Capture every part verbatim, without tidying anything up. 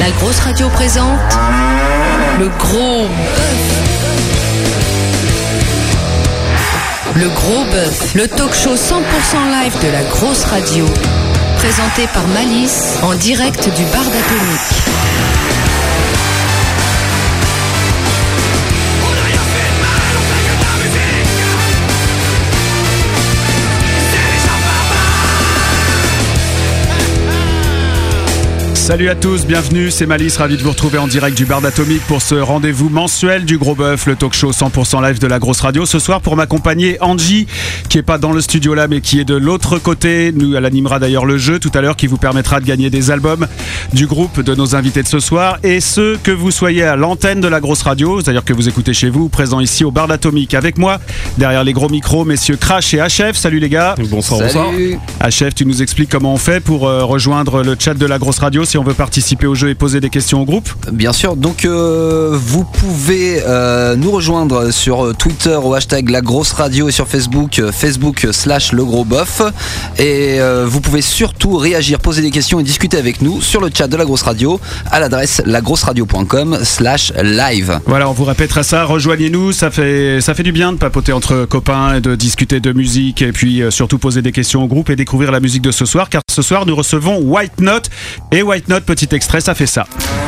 La grosse radio présente le gros bœuf. Le gros bœuf, le talk show cent pour cent live de la grosse radio. Présenté par Malice en direct du bar d'Atomique. Salut à tous, bienvenue, c'est Malice, ravi de vous retrouver en direct du bar d'Atomique pour ce rendez-vous mensuel du Gros Bœuf, le talk show cent pour cent live de la grosse radio. Ce soir, pour m'accompagner, Angie, qui est pas dans le studio là, mais qui est de l'autre côté. Nous, elle animera d'ailleurs le jeu tout à l'heure qui vous permettra de gagner des albums du groupe de nos invités de ce soir. Et ce, que vous soyez à l'antenne de la grosse radio, c'est-à-dire que vous écoutez chez vous, présent ici au bar d'Atomique. Avec moi, derrière les gros micros, messieurs Crash et H F. Salut les gars. Bonsoir, Salut. bonsoir. H F, tu nous expliques comment on fait pour euh, rejoindre le chat de la grosse radio si on veut participer au jeu et poser des questions au groupe. Bien sûr, donc euh, vous pouvez euh, nous rejoindre sur Twitter au hashtag La Grosse Radio et sur Facebook, euh, Facebook slash Le Gros Boeuf. Et euh, vous pouvez surtout réagir, poser des questions et discuter avec nous sur le chat de La Grosse Radio à l'adresse lagrosseradio.com slash live. Voilà, on vous répétera ça, rejoignez-nous, ça fait, ça fait du bien de papoter entre copains et de discuter de musique et puis euh, surtout poser des questions au groupe et découvrir la musique de ce soir, car ce soir nous recevons White Note. Et White Note, petit extrait, ça fait ça.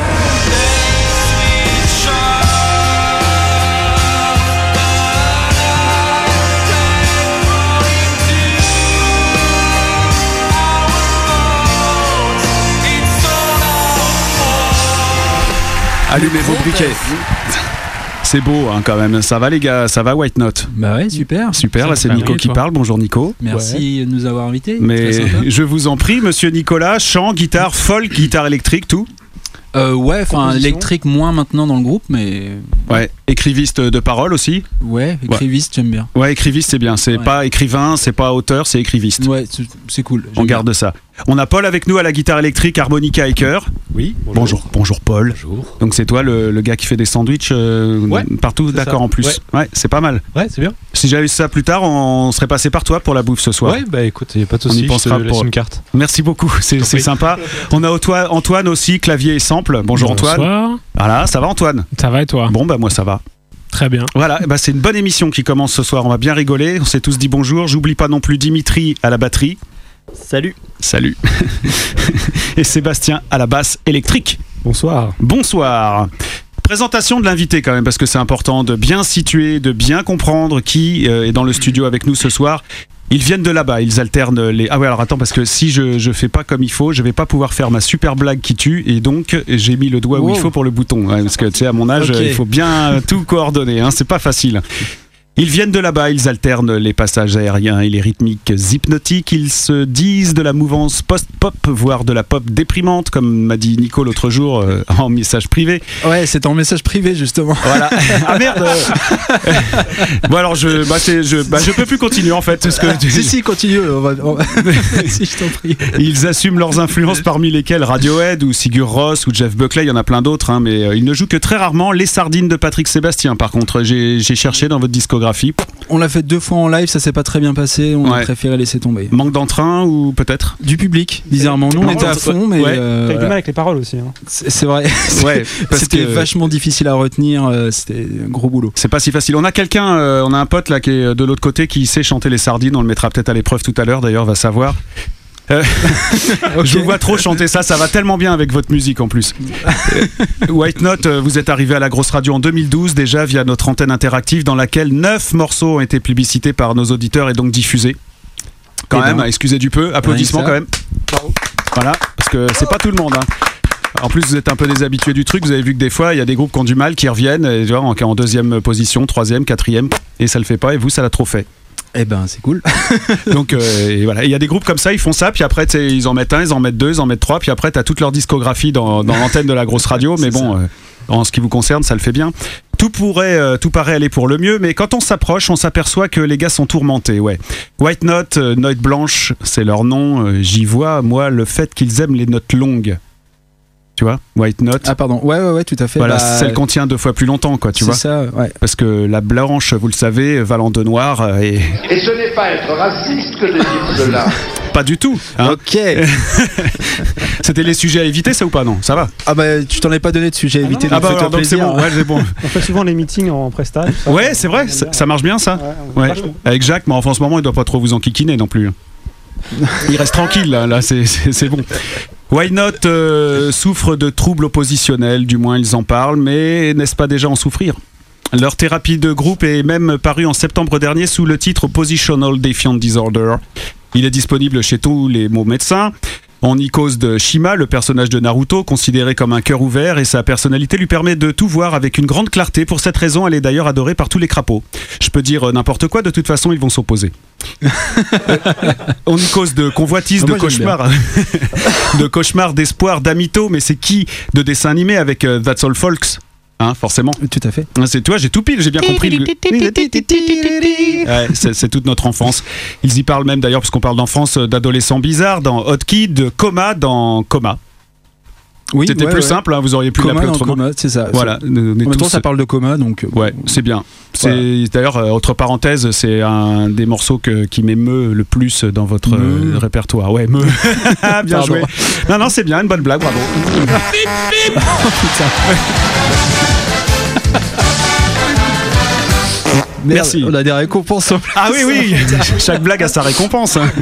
Allumez vos briquets. C'est beau hein, quand même, ça va les gars, ça va White Note? Bah ouais, super. Super, là c'est Super Nico bien, qui toi. parle, bonjour Nico. Merci Ouais. de nous avoir invités. Mais Très sympa. je vous en prie, monsieur Nicolas, chant, guitare, folk, guitare électrique, tout. Euh, ouais, enfin Composition. électrique moins maintenant dans le groupe, mais Ouais, écriviste de paroles aussi. ouais, écriviste j'aime bien. Ouais, écriviste c'est bien, c'est Ouais. pas écrivain, c'est pas auteur, c'est écriviste. Ouais, c'est, c'est cool. On j'aime garde ça. On a Paul avec nous à la guitare électrique, harmonica et chœur. Oui, Bonjour, bonjour Paul. Bonjour. Donc c'est toi le, le gars qui fait des sandwichs euh, Ouais, partout, c'est d'accord ça. en plus. Ouais. Ouais, c'est pas mal. Ouais, c'est bien. Si j'avais eu ça plus tard, on serait passé par toi pour la bouffe ce soir. Ouais, bah écoute, y a pas de On y soucis, je te pensera laisse pour- une carte. Merci beaucoup, c'est, T'en c'est prie. sympa. On a Antoine, Antoine aussi, clavier et sample. Bonjour Antoine. Bonsoir. Voilà, ça va Antoine? Ça va et toi? Bon bah moi ça va. Très bien. Voilà, bah c'est une bonne émission qui commence ce soir, on va bien rigoler, on s'est tous dit bonjour. J'oublie pas non plus Dimitri à la batterie. Salut. Salut. Et Sébastien à la basse électrique. Bonsoir. Bonsoir. Présentation de l'invité quand même, parce que c'est important de bien situer, de bien comprendre qui euh, est dans le studio avec nous ce soir. Ils viennent de là-bas, ils alternent les... Ah ouais, alors attends, parce que si je, je fais pas comme il faut, je vais pas pouvoir faire ma super blague qui tue, et donc j'ai mis le doigt où Wow. il faut pour le bouton. Ouais, parce que tu sais, à mon âge, Ok. il faut bien tout coordonner, hein, c'est pas facile. Ils viennent de là-bas, ils alternent les passages aériens et les rythmiques hypnotiques. Ils se disent de la mouvance post-pop, voire de la pop déprimante, comme m'a dit Nico l'autre jour euh, en message privé. bien. Ouais, c'est en message privé justement. Voilà. Ah merde. Bon alors je, bah, c'est, je, bah, je peux plus continuer en fait. Parce que si si, continue. On va, on va- si je t'en prie. ils assument leurs influences, parmi lesquelles Radiohead ou Sigur Rós ou Jeff Buckley. Il y en a plein d'autres, hein, mais euh, ils ne jouent que très rarement les sardines de Patrick Sébastien. Par contre, j'ai, j'ai cherché dans votre discographie. On l'a fait deux fois en live, ça s'est pas très bien passé. On Ouais. a préféré laisser tomber. Manque d'entrain ou peut-être. Du public, bizarrement. Nous on était à fond, mais Ouais. euh, T'as eu du voilà. mal avec les paroles aussi. Hein. c'est, c'est vrai. Ouais. Parce C'était que vachement difficile à retenir. euh, C'était un gros boulot. c'est pas si facile. On a quelqu'un, euh, on a un pote là qui est de l'autre côté qui sait chanter les sardines. On le mettra peut-être à l'épreuve tout à l'heure. D'ailleurs, va savoir. Euh, Je vous vois trop chanter ça, ça va tellement bien avec votre musique en plus. Euh, White Note, euh, vous êtes arrivé à la grosse radio en deux mille douze déjà via notre antenne interactive dans laquelle neuf morceaux ont été publicités par nos auditeurs et donc diffusés. Quand Eh même, ben. excusez du peu, applaudissements ça. quand même. Voilà, parce que c'est pas tout le monde. Hein. En plus, vous êtes un peu des habitués du truc. Vous avez vu que des fois, il y a des groupes qui ont du mal, qui reviennent, et, tu vois, en, en deuxième position, troisième, quatrième, et ça le fait pas. Et vous, ça l'a trop fait. Eh ben, c'est cool. Donc euh, et voilà, il y a des groupes comme ça, ils font ça, puis après tu sais, ils en mettent un, ils en mettent deux, ils en mettent trois, puis après t'as toute leur discographie dans, dans l'antenne de la grosse radio, mais C'est bon, euh, en ce qui vous concerne, ça le fait bien. Tout pourrait, euh, tout paraît aller pour le mieux, mais quand on s'approche, on s'aperçoit que les gars sont tourmentés, ouais. White Note, euh, Note Blanche, c'est leur nom, euh, j'y vois, moi, le fait qu'ils aiment les notes longues. Tu vois, White Note. Ah pardon, ouais ouais ouais, tout à fait. Voilà, Bah, celle qu'on tient deux fois plus longtemps, quoi, tu c'est vois. ça, ouais. Parce que la blanche, vous le savez, valant de noir, euh, et Et ce n'est pas être raciste que de dire cela. Pas du tout. Hein. Ok. C'était les sujets à éviter, ça ou pas? Non, ça va. Ah bah tu t'en es pas donné de sujet à éviter. Ah donc bah fais-toi alors, donc c'est plaisir. bon. Ouais, c'est bon. On fait souvent les meetings en prestage. ça. Ouais, c'est vrai. Ça, ça marche bien, ça. Ouais, Ouais. vachement. Avec Jacques, mais enfin, en ce moment, il doit pas trop vous enquiquiner non plus. Il reste tranquille là, là c'est, c'est, c'est bon. Why Not euh, souffre de troubles oppositionnels, du moins ils en parlent, mais n'est-ce pas déjà en souffrir? Leur thérapie de groupe est même parue en septembre dernier sous le titre Positional Defiant Disorder. Il est disponible chez tous les mots médecins. On y cause de Shima, le personnage de Naruto, considéré comme un cœur ouvert, et sa personnalité lui permet de tout voir avec une grande clarté. Pour cette raison, elle est d'ailleurs adorée par tous les crapauds. Je peux dire n'importe quoi, de toute façon, ils vont s'opposer. On y cause de convoitise, Ah, de moi, j'aime cauchemars, de cauchemars, d'espoir, d'amito, mais c'est qui de dessin animé avec euh, That's All Folks? Hein, forcément. Tout à fait. C'est toi, j'ai tout pile, j'ai bien compris. Le... Ouais, c'est, c'est toute notre enfance. Ils y parlent même d'ailleurs, parce qu'on parle d'enfance, d'adolescents bizarres, dans Hot Kid, de Coma, dans Coma. Oui, C'était ouais, plus ouais. simple, hein, vous auriez pu Coma l'appeler dans autrement. coma, c'est ça. Voilà. C'est- on est En même temps, tous- ça parle de coma, donc. euh, Ouais, bon. c'est bien. C'est Voilà. d'ailleurs euh, autre parenthèse, c'est un des morceaux que, qui m'émeut le plus dans votre euh, Meu. répertoire. Ouais, me. Bien Pardon. joué. Non, non, c'est bien, une bonne blague, bravo. Merde, Merci. On a des récompenses en plus. Ah oui, oui, chaque blague a sa récompense. hein.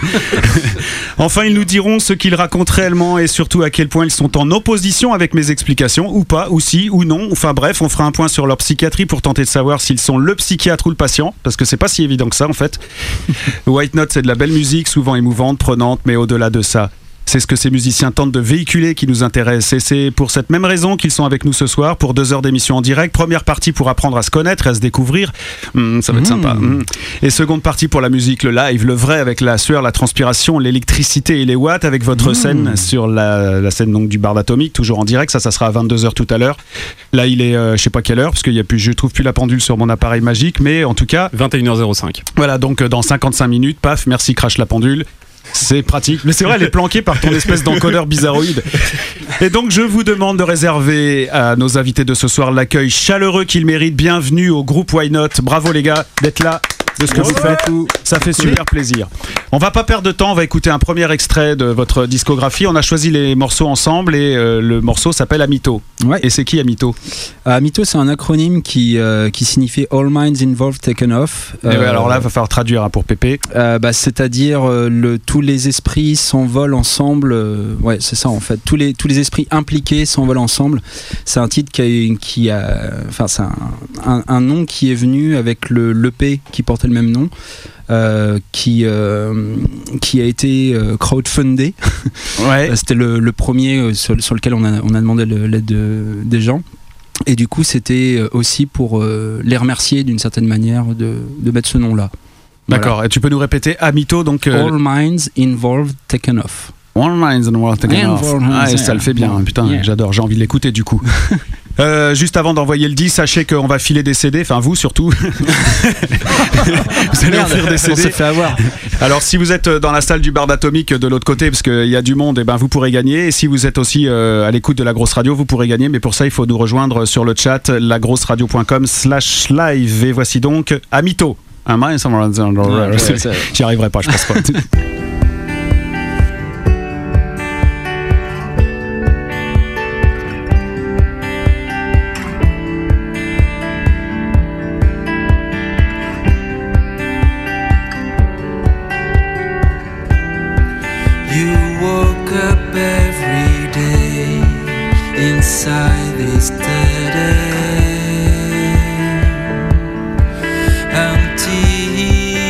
Enfin, ils nous diront ce qu'ils racontent réellement et surtout à quel point ils sont en opposition avec mes explications, ou pas, ou si, ou non. Enfin bref, on fera un point sur leur psychiatrie pour tenter de savoir s'ils sont le psychiatre ou le patient, parce que c'est pas si évident que ça en fait. White Note, c'est de la belle musique, souvent émouvante, prenante, mais au-delà de ça, c'est ce que ces musiciens tentent de véhiculer qui nous intéresse. Et c'est pour cette même raison qu'ils sont avec nous ce soir pour deux heures d'émission en direct. Première partie pour apprendre à se connaître et à se découvrir. Mmh, ça va être Mmh. sympa. Mmh. Et seconde partie pour la musique, le live, le vrai, avec la sueur, la transpiration, l'électricité et les watts, avec votre Mmh. scène sur la, la scène donc du Bar d'Atomique, toujours en direct. Ça, ça sera à vingt-deux heures tout à l'heure. Là, il est, euh, je sais pas quelle heure, parce que y a plus, je trouve plus la pendule sur mon appareil magique, mais en tout cas, vingt et une heures zéro cinq. voilà, donc euh, dans cinquante-cinq minutes, paf, merci, crache la pendule. C'est pratique, mais c'est vrai, elle est planquée par ton espèce d'encodeur bizarroïde. Et donc, je vous demande de réserver à nos invités de ce soir l'accueil chaleureux qu'ils méritent. Bienvenue au groupe Why Not. Bravo les gars d'être là, de ce que vous faites. Ça fait super plaisir. On va pas perdre de temps, on va écouter un premier extrait de votre discographie. On a choisi les morceaux ensemble et euh, le morceau s'appelle Amito. Ouais. Et c'est qui Amito? Ah, Amito, c'est un acronyme qui, euh, qui signifie All Minds Involved Taken Off. Eh ben, Euh, alors là, il va falloir traduire hein, pour Pépé. Euh, bah, c'est-à-dire euh, le, tous les esprits s'envolent ensemble. euh, ouais, c'est ça en fait. Tous les, tous les esprits impliqués s'envolent ensemble. C'est un titre qui a, qui a enfin, c'est un, un, un nom qui est venu avec le l'E P qui portait le même nom. Euh, qui, euh, qui a été euh, crowdfundé. Ouais. Euh, C'était le, le premier euh, sur, sur lequel on a, on a demandé le- l'aide de- des gens. Et du coup, c'était euh, aussi pour euh, les remercier d'une certaine manière de, de mettre ce nom-là. Voilà. D'accord. Et tu peux nous répéter Amito donc euh, All minds involved taken off. One Minds and World Taken Yeah, Off. World Ah, et Minds, ça le fait bien, yeah. hein, putain, Yeah. j'adore, j'ai envie de l'écouter du coup. Euh, juste avant d'envoyer le disque, sachez qu'on va filer des C D, enfin vous surtout. Vous allez offrir des C on D. s'est fait avoir. Alors si vous êtes dans la salle du Bar d'Atomique de l'autre côté, parce qu'il y a du monde, et ben vous pourrez gagner. Et si vous êtes aussi euh, à l'écoute de la grosse radio, vous pourrez gagner. Mais pour ça, il faut nous rejoindre sur le chat lagrosseradio point com slash live. Et voici donc Amito. Un main, ça m'a- J'y arriverai pas, je pense pas. You woke up every day inside this dead end, empty.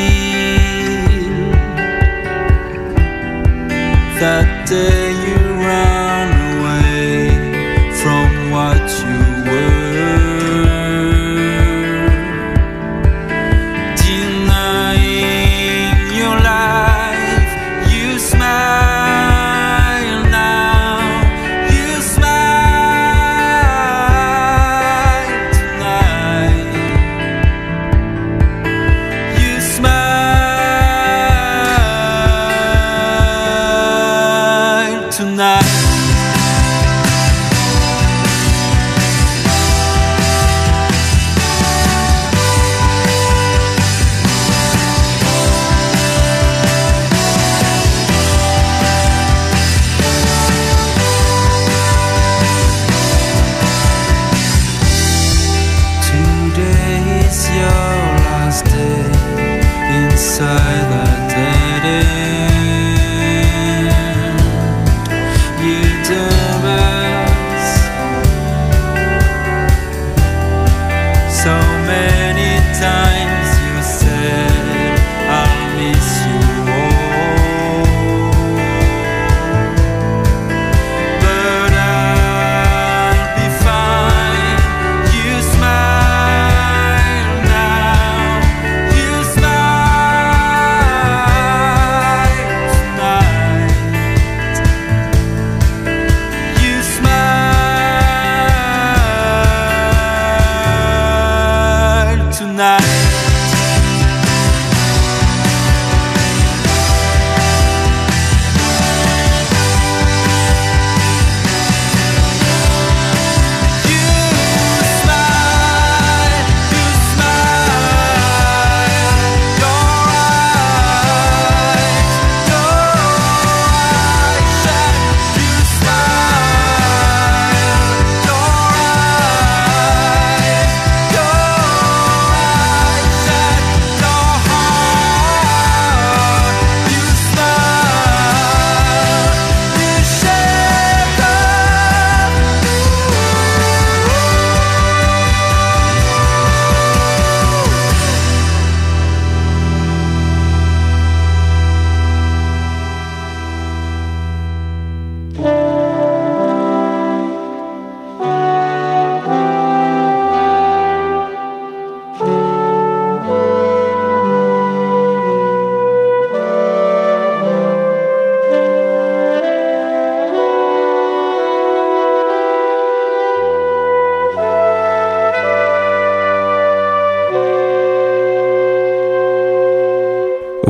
That day you ran away from what you were, denying your life. You smile now, you smile.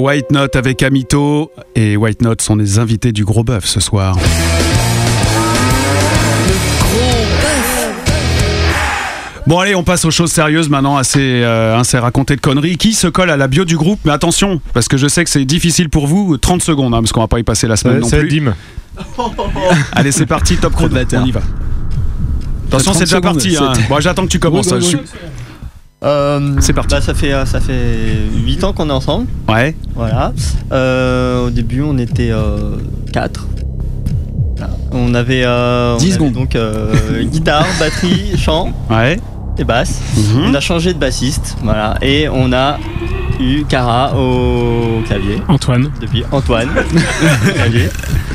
White Note avec Amito. Et White Note sont les invités du Gros Bœuf ce soir. Bon allez, on passe aux choses sérieuses maintenant, assez, euh, assez raconté de conneries. Qui se colle à la bio du groupe? Mais attention, parce que je sais que c'est difficile pour vous. trente secondes, hein, parce qu'on va pas y passer la semaine Ouais, non c'est plus. Dim. Allez, c'est parti, top chrono, on y va. Attention, c'est déjà secondes, parti. Hein. Bon, j'attends que tu commences. Oui, oui, hein, oui. je- Euh, C'est parti. Bah, ça fait euh, ça fait huit ans qu'on est ensemble. Ouais. Voilà. Euh, au début, on était euh, quatre. Voilà. On avait, euh, on dix avait secondes. donc euh, guitare, batterie, chant Ouais. et basse. Mhm. On a changé de bassiste, voilà, et on a eu Cara au clavier Antoine. depuis Antoine. au clavier.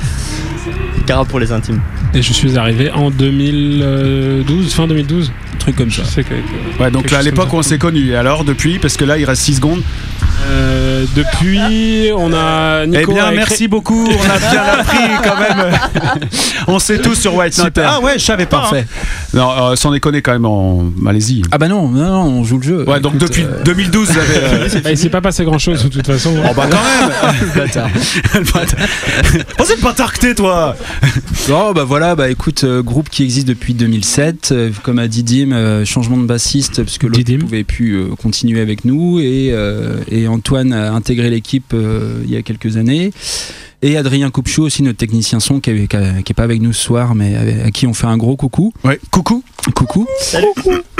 Cara pour les intimes. Et je suis arrivé en deux mille douze, fin deux mille douze. Un truc comme ça. Je sais que, que- Ouais, donc quelque là, à chose l'époque, comme on ça. s'est connus. Et alors, depuis, parce que là, il reste six secondes. Euh, depuis, on a Nico. Eh bien, a écrit- merci beaucoup. On a bien appris quand même. On sait tous sur White Note. Super. Ah ouais, je savais pas. Parfait. hein. Non, euh, sans déconner quand même en Malaisie. Ah bah non, non, non, on joue le jeu. Ouais, donc Écoute, depuis euh, deux mille douze, vous avez. euh, Bah, il s'est pas passé grand chose de toute façon. Oh bah quand même. bâtard. Le bâtard. Oh, c'est le bâtard que t'es, toi. Non, bah voilà, bah écoute, euh, groupe qui existe depuis deux mille sept, euh, comme a dit Dim, euh, changement de bassiste parce que l'autre Didim. ne pouvait plus euh, continuer avec nous et, euh, et Antoine a intégré l'équipe euh, il y a quelques années. Et Adrien Coupchou aussi, notre technicien son qui n'est pas avec nous ce soir, mais avec- à qui on fait un gros coucou. Ouais, coucou. Coucou. Salut.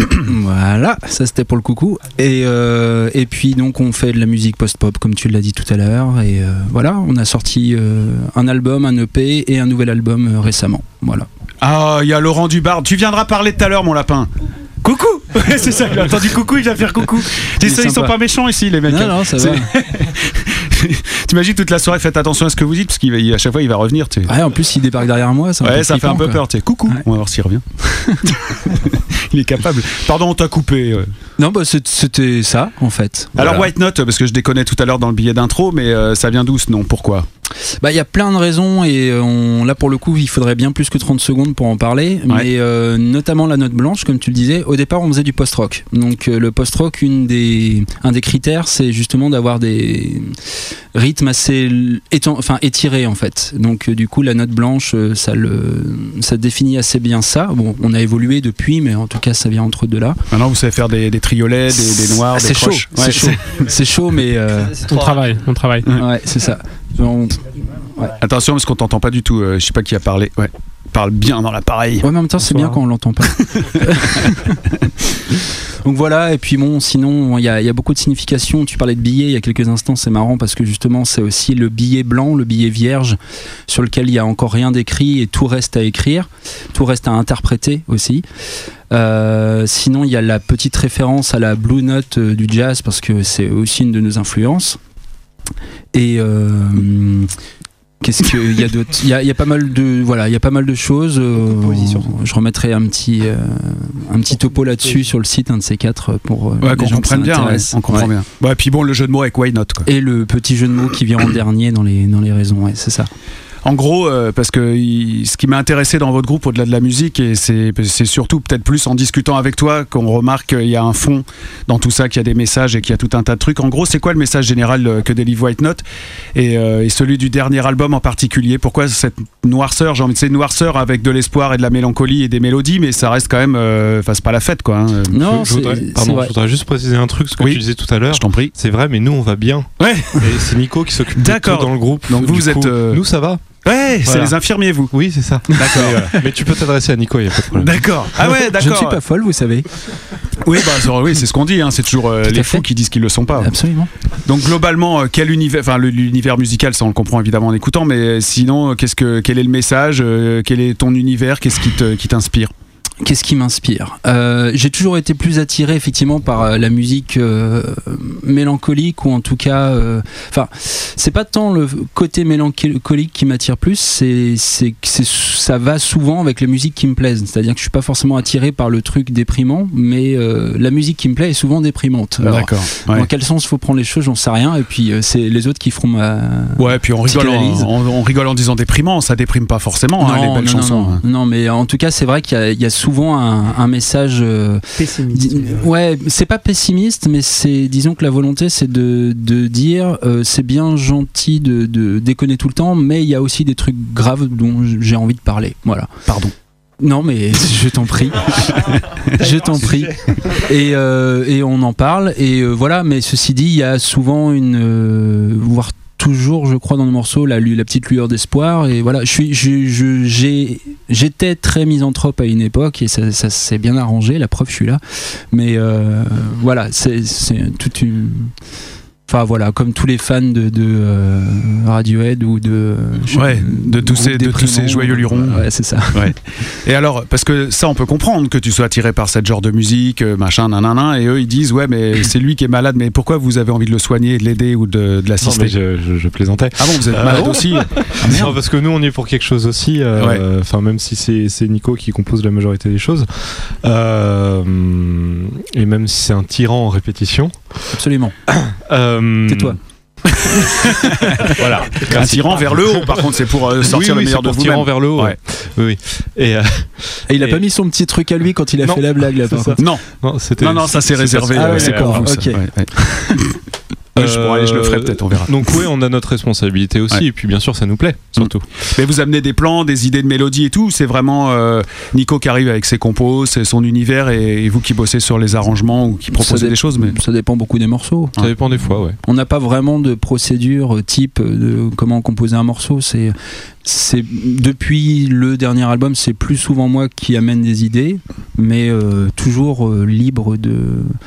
Voilà, ça c'était pour le coucou. Et, euh, et puis donc on fait de la musique post-pop comme tu l'as dit tout à l'heure. Et euh, voilà, on a sorti euh, un album, un E P et un nouvel album euh, récemment. Voilà. Ah, il y a Laurent Dubard. Tu viendras parler tout à l'heure, mon lapin. Coucou. Ouais, c'est ça, il a entendu coucou, il vient faire coucou. Tu sais, ils sont sympa. pas méchants ici, les mecs. Non, non, ça C'est- va. T'imagines toute la soirée, faites attention à ce que vous dites, parce qu'à chaque fois, il va revenir. Tu sais. Ouais, en plus, il débarque derrière moi. c'est un Ouais, peu ça fait un flippant, peu quoi. peur. Tu sais. Coucou. Ouais. On va voir s'il revient. Il est capable. Pardon, on t'a coupé. ouais. Non, bah c'est- c'était ça, en fait. Alors, Voilà. White Note, parce que je déconnais tout à l'heure dans le billet d'intro, mais euh, ça vient d'où ce nom? Pourquoi? Bah, il y a plein de raisons et euh, on, là, pour le coup, il faudrait bien plus que trente secondes pour en parler. Ouais. Mais euh, notamment la note blanche, comme tu le disais. Au départ, on faisait du post-rock. Donc, euh, le post-rock, une des, un des critères, c'est justement d'avoir des rythmes assez étan- enfin, étirés, en fait. Donc, euh, du coup, la note blanche, euh, ça, le, ça définit assez bien ça. Bon, on a évolué depuis, mais en tout cas, ça vient entre deux là. Maintenant, vous savez faire des, des triolets, des, des noirs, des C'est chaud, croches. Ouais, c'est chaud. C'est chaud, mais euh, C'est On trois- travaille, on travaille. ouais, c'est ça. On- Attention, parce qu'on t'entend pas du tout. euh, je sais pas qui a parlé. Ouais. Parle bien dans l'appareil. Ouais, mais en même temps, c'est Bonsoir. bien quand on l'entend pas. Donc voilà, et puis bon, sinon, il y, a- il y a beaucoup de significations. Tu parlais de billets il y a quelques instants, c'est marrant parce que justement, c'est aussi le billet blanc, le billet vierge, sur lequel il y a encore rien d'écrit et tout reste à écrire, tout reste à interpréter aussi. Euh, sinon, il y a la petite référence à la Blue Note euh, du jazz parce que c'est aussi une de nos influences. Et euh, qu'est-ce qu'il y a d'autre? Il y a, il y a pas mal de voilà, il y a pas mal de choses. euh, je remettrai un petit euh, un petit topo là-dessus sur le site, un de ces quatre pour euh, Ouais, les qu'on gens qui comprenne bien. Ouais, s'intéressent. on comprend Ouais. bien. Ouais, puis bon, le jeu de mots avec White Note, quoi. Et le petit jeu de mots qui vient en dernier dans les dans les raisons, ouais, c'est ça. En gros, euh, parce que il- ce qui m'a intéressé dans votre groupe au-delà de la musique, et c'est c'est surtout peut-être plus en discutant avec toi qu'on remarque qu'il y a un fond dans tout ça, qu'il y a des messages et qu'il y a tout un tas de trucs. En gros, c'est quoi le message général euh, que délivre White Note et, euh, et celui du dernier album en particulier? Pourquoi cette noirceur? J'ai envie de dire noirceur avec de l'espoir et de la mélancolie et des mélodies, mais ça reste quand même. euh, Enfin, c'est pas la fête, quoi. hein. Non, je, voudrais, c'est- pardon, c'est vrai. je voudrais juste préciser un truc, ce que Oui. tu disais tout à l'heure. Je t'en prie. C'est vrai, mais nous on va bien. Ouais. Et c'est Nico qui s'occupe de D'accord. tout dans le groupe. Donc Du vous êtes, coup, euh, Nous ça va. Ouais, c'est Voilà. les infirmiers, vous. Oui, c'est ça. D'accord. Mais, euh, mais tu peux t'adresser à Nico, il n'y a pas de problème. D'accord. Ah ouais, d'accord. Je ne suis pas folle, vous savez. Oui, bah, c'est- oui, c'est ce qu'on dit. hein. C'est toujours euh, Tout à les fait. fous qui disent qu'ils le sont pas. Absolument. Donc globalement, euh, quel univers, enfin le- l'univers musical, ça on le comprend évidemment en écoutant, mais euh, sinon, euh, qu'est-ce que, quel est le message, euh, quel est ton univers, qu'est-ce qui te, qui t'inspire? Qu'est-ce qui m'inspire? Euh, J'ai toujours été plus attiré effectivement par euh, la musique euh, mélancolique ou en tout cas, euh, enfin, c'est pas tant le côté mélancolique qui m'attire plus, c'est c'est que c'est- ça va souvent avec les musiques qui me plaisent. C'est-à-dire que je suis pas forcément attiré par le truc déprimant, mais euh, la musique qui me plaît est souvent déprimante. Alors, D'accord. Ouais. dans quel sens faut prendre les choses, j'en sais rien. Et puis euh, c'est les autres qui feront ma. Ouais, puis on rigole, en, Psychanalyse. on, on rigole en disant déprimant, ça déprime pas forcément hein, les belles non, chansons. non, hein. non, mais en tout cas, c'est vrai qu'il y a, il y a souvent souvent un, un message euh, Pessimiste. di- ouais, c'est pas pessimiste, mais c'est, disons que la volonté, c'est de, de dire, euh, c'est bien gentil de, de déconner tout le temps, mais il y a aussi des trucs graves dont j'ai envie de parler. Voilà. Pardon. Non, mais je t'en prie. Je t'en prie. Et, euh, et on en parle. Et euh, voilà, mais ceci dit, il y a souvent une. Euh, voire toujours, je crois, dans nos morceaux, la, lu- la petite lueur d'espoir. Et voilà, je suis, je, je- j'ai, j'étais très misanthrope à une époque et ça, ça s'est bien arrangé. La preuve, je suis là. Mais euh, voilà, c'est, c'est toute une. Enfin voilà, comme tous les fans de, de euh, Radiohead ou de je- Ouais, de tous ces- de tous ces déprimants. joyeux lurons. Ouais, c'est ça. Ouais. Et alors, parce que ça, on peut comprendre que tu sois attiré par ce genre de musique, euh, machin, nanana, et eux, ils disent, ouais, mais c'est lui qui est malade, mais pourquoi vous avez envie de le soigner, de l'aider ou de, de Non, l'assister mais je, je- je plaisantais. Ah bon, vous êtes Euh, malade bon aussi Ah, merde. Non, parce que nous on y est pour quelque chose aussi. euh, Enfin, même si c'est c'est Nico qui compose la majorité des choses, euh, et même si c'est un tyran en répétition. Absolument. euh, Tais-toi. Voilà. Un tyran vers le haut, par contre, c'est pour euh, sortir oui, oui, le meilleur c'est de pour tyran vous-même. vers le haut. Ouais. Ouais. Oui, oui. Et euh, Et il a Et- pas mis son petit truc à lui quand il a Non, fait la blague là. Par c'est ça. contre. Non, non, c'était. non, non, ça c'est réservé, Ah euh, ouais, c'est pour d'accord, vous. ça. ok. Ouais, ouais. Ouais, je pourrais, je le ferai peut-être, on verra. Donc oui, on a notre responsabilité aussi, Ouais. et puis bien sûr, ça nous plaît, surtout. Mais vous amenez des plans, des idées de mélodie et tout, c'est vraiment euh, Nico qui arrive avec ses compos, c'est son univers, et, et vous qui bossez sur les arrangements ou qui proposez dé- des choses. Mais Ça dépend beaucoup des morceaux. Ça dépend des fois, ouais. On n'a pas vraiment de procédure euh, type de comment composer un morceau. C'est, c'est depuis le dernier album, c'est plus souvent moi qui amène des idées, mais euh, toujours euh, libre de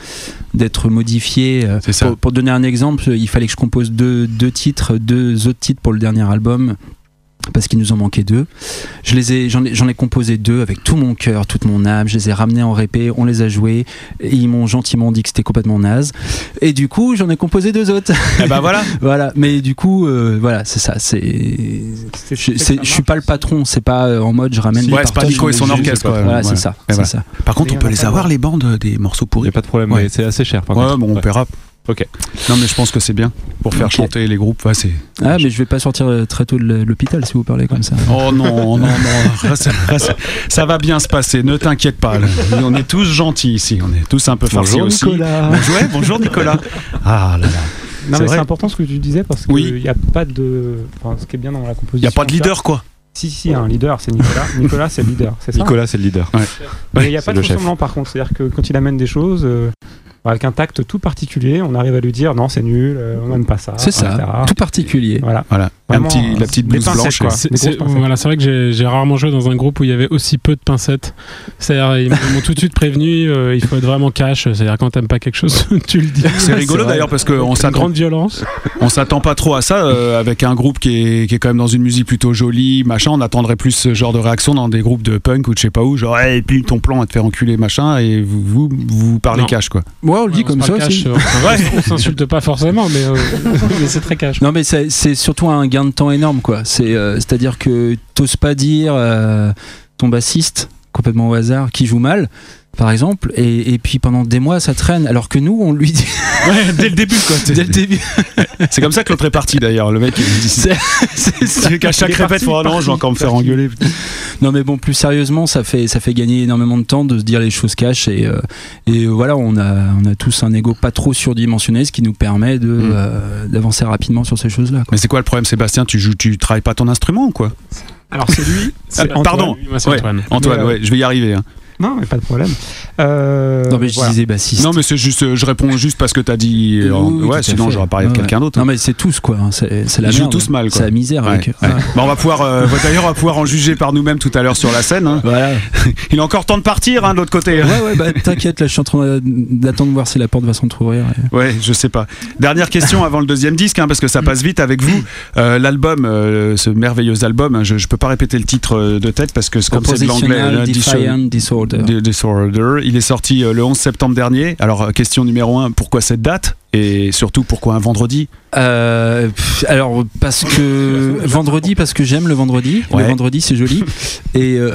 d'être modifié. Euh, C'est ça. Pour, pour donner un exemple, il fallait que je compose deux, deux titres, deux autres titres pour le dernier album. Parce qu'il nous en manquait deux. Je les ai, j'en ai, j'en ai composé deux avec tout mon cœur, toute mon âme. Je les ai ramenés en répé, on les a joués. Et ils m'ont gentiment dit que c'était complètement naze. Et du coup, j'en ai composé deux autres. Eh ben voilà. Voilà. Mais du coup, euh, voilà, c'est ça. C'est, C'est- je, c'est c'est- que ça je suis pas le marche. patron. C'est pas euh, en mode je ramène. Ouais, les c'est pas partages, Nico et je son les- orchestre, quoi. Voilà, Ouais. c'est ça. Et C'est voilà. ça. Par contre, Et on on peut a les pas avoir, le- les bandes des morceaux Il pourris. n'y a pas de problème, Ouais. mais c'est assez cher par Ouais, contre. bon, on Ouais. paiera. Ok. Non, mais je pense que c'est bien pour faire Ok. chanter les groupes. Ouais, c'est... Ah, mais je vais pas sortir euh, très tôt de l'hôpital si vous parlez comme ça. Oh non, non, non, reste- reste- ça va bien se passer, ne t'inquiète pas. là. On est tous gentils ici, on est tous un peu farcis Bonjour, aussi. Nicolas. Bonjour, ouais, bonjour Nicolas. Ah là là. Non, C'est mais vrai. c'est important ce que tu disais parce qu'il Oui. n'y a pas de. Enfin, ce qui est bien dans la composition. Il n'y a pas de leader quoi. Si, si, il y a un leader, c'est Nicolas. Nicolas, c'est le leader, c'est ça. Nicolas, c'est le leader. Mais il n'y a c'est pas de le faux chef. semblant par contre. C'est-à-dire que quand il amène des choses, euh, avec un tact tout particulier, on arrive à lui dire non, c'est nul, euh, on n'aime pas ça. C'est ça. et cetera. Tout particulier. Voilà. Voilà, un Vraiment, petit, euh, la petite des blouse pincettes, blanche. quoi. là. C'est, Des c'est- grosses pincettes. voilà, c'est vrai que j'ai, j'ai rarement joué dans un groupe où il y avait aussi peu de pincettes. C'est-à-dire, ils m'ont tout de suite prévenu, euh, il faut être vraiment cash. C'est-à-dire, quand t'aimes pas quelque chose, tu le dis. C'est rigolo vrai. d'ailleurs parce qu'on Une s'attend, grande violence. on s'attend pas trop à ça euh, avec un groupe qui est, qui est quand même dans une musique plutôt jolie, machin. On attendrait plus ce genre de réaction dans des groupes de punk ou de je sais pas où, genre hey, puis ton plan à te faire enculer machin et vous vous, vous parlez Non. cash quoi. Ouais, on le dit Ouais, on comme se ça parle aussi. cash, euh, enfin, on s'insulte pas forcément, mais, euh, mais c'est très cash. Non mais c'est c'est surtout un gain de temps énorme quoi. C'est euh, c'est-à-dire que t'oses pas dire euh, ton bassiste complètement au hasard qui joue mal par exemple et, et puis pendant des mois ça traîne alors que nous on lui dit Ouais, dès le début quoi. dès le début. C'est comme ça que l'autre est parti d'ailleurs. Le mec il dit C'est c'est ça. c'est qu'à chaque Il est répète, parti, faut, ah non, parti, je vais encore me faire parti. engueuler. Non mais bon plus sérieusement ça fait ça fait gagner énormément de temps de se dire les choses cash et euh, et voilà on a on a tous un ego pas trop surdimensionné ce qui nous permet de Mm. euh, d'avancer rapidement sur ces choses là. Mais c'est quoi le problème, Sébastien? Tu joues, tu travailles pas ton instrument ou quoi? Alors c'est lui. c'est Ah, Antoine. pardon. Oui, moi, c'est Ouais. Antoine. Antoine, Mais, euh, ouais, je vais y arriver. hein. Non, mais pas de problème. Euh, Non mais je voilà. disais bassiste. Non, mais c'est juste, euh, je réponds juste parce que t'as dit. euh, Oui, oui, ouais, tout à sinon fait. j'aurais parlé de Ouais, quelqu'un ouais. d'autre. Non mais c'est tous quoi, hein, c'est c'est la Ils jouent merde. tous mal, quoi. C'est la misère Ouais, avec eux. ouais. Bah, on va pouvoir, euh, d'ailleurs, on va pouvoir en juger par nous-mêmes tout à l'heure sur la scène. hein. Voilà. Il est encore temps de partir, hein, de l'autre côté. Ouais ouais bah t'inquiète là je suis en train d'attendre de voir si la porte va s'entrouvrir. et- Ouais, je sais pas. Dernière question avant le deuxième disque, hein, parce que ça passe vite avec vous. Euh, L'album, euh, ce merveilleux album, hein, je, je peux pas répéter le titre euh, de tête parce que c'est comme c'est de l'anglais. Oppositional hein, Defiant Disorder. Di- Disorder. Il est sorti euh, le onze septembre dernier. Alors, euh, question numéro un, pourquoi cette date? Et surtout, pourquoi un vendredi? Euh, pff, alors parce que vendredi parce que j'aime le vendredi. Ouais. Le vendredi c'est joli. Et euh,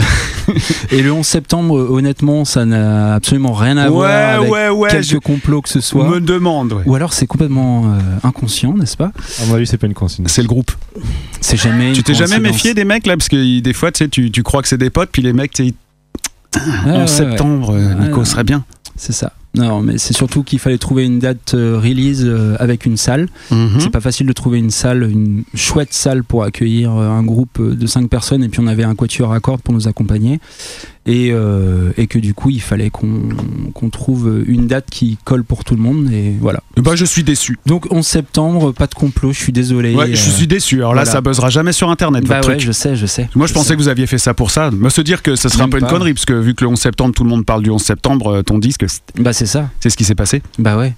et le onze septembre honnêtement ça n'a absolument rien à voir Ouais, avec ouais, ouais. quelque Je complot que ce soit. me demande. ouais. Ou alors c'est complètement euh, inconscient n'est-ce pas? À mon avis, c'est pas une consigne. C'est le groupe. C'est jamais. Tu une t'es jamais coïncidence. méfié des mecs là? Parce que des fois, tu sais, tu, tu crois que c'est des potes, puis les mecs, tu sais, ils- Ouais, en ouais, septembre, ouais. euh, Nico, Ouais, serait bien. C'est ça. Non, mais c'est surtout qu'il fallait trouver une date euh, release euh, avec une salle. Mhm. C'est pas facile de trouver une salle, une chouette salle pour accueillir euh, un groupe euh, de cinq personnes. Et puis on avait un quatuor à cordes pour nous accompagner. Et, euh, et que du coup, il fallait qu'on qu'on trouve une date qui colle pour tout le monde. Et voilà. Bah, je suis déçu. Donc onze septembre, pas de complot, je suis désolé. Ouais, je euh, suis déçu. Alors là, voilà. ça buzzera jamais sur Internet, Bah votre ouais, truc. je sais, je sais. Moi, je Je pensais sais. que vous aviez fait ça pour ça. Me se dire que ça serait Même un peu une pas. connerie, parce que vu que le onze septembre, tout le monde parle du onze septembre, euh, ton disque, c'est- Bah c'est ça. c'est ce qui s'est passé. Bah ouais.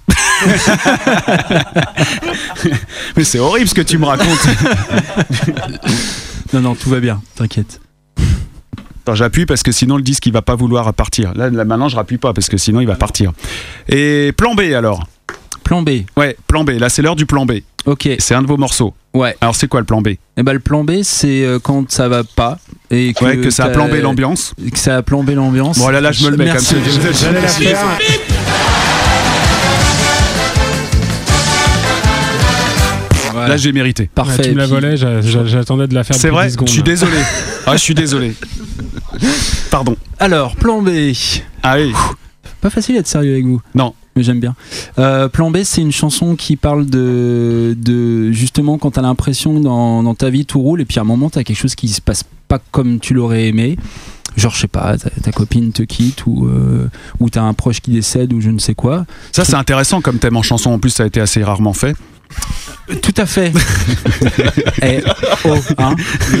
Mais c'est horrible ce que tu me racontes. Non, non, tout va bien, t'inquiète. Attends, j'appuie parce que sinon le disque il va pas vouloir partir. Là, là maintenant je rappuie pas parce que sinon il va partir. Et plan B alors. Plan B. Ouais, plan B. Là c'est l'heure du plan B. Ok. C'est un de vos morceaux. Ouais. Alors c'est quoi le plan B? Et bah le plan B, c'est euh, quand ça va pas et que, Ouais, que ça a t'as- plombé l'ambiance. que ça a plombé l'ambiance. Bon là là je me le mets Merci. comme ça. J'allais la faire. Voilà. Là j'ai mérité. Parfait. Ouais, tu me la Et puis- volais, j'a- j'a- j'attendais de la faire C'est depuis vrai, dix secondes. je suis désolé. Ah, je suis désolé. Pardon. Alors, plan B. Ah oui. Pas facile d'être sérieux avec vous. Non. Mais j'aime bien. Euh, plan B, c'est une chanson qui parle de, de justement quand t'as l'impression dans, dans ta vie tout roule et puis à un moment t'as quelque chose qui se passe pas comme tu l'aurais aimé. Genre, je sais pas, ta, ta copine te quitte ou, euh, ou t'as un proche qui décède ou je ne sais quoi. Ça c'est intéressant comme thème en chanson. En plus ça a été assez rarement fait. Tout à fait. Eh, oh, hein.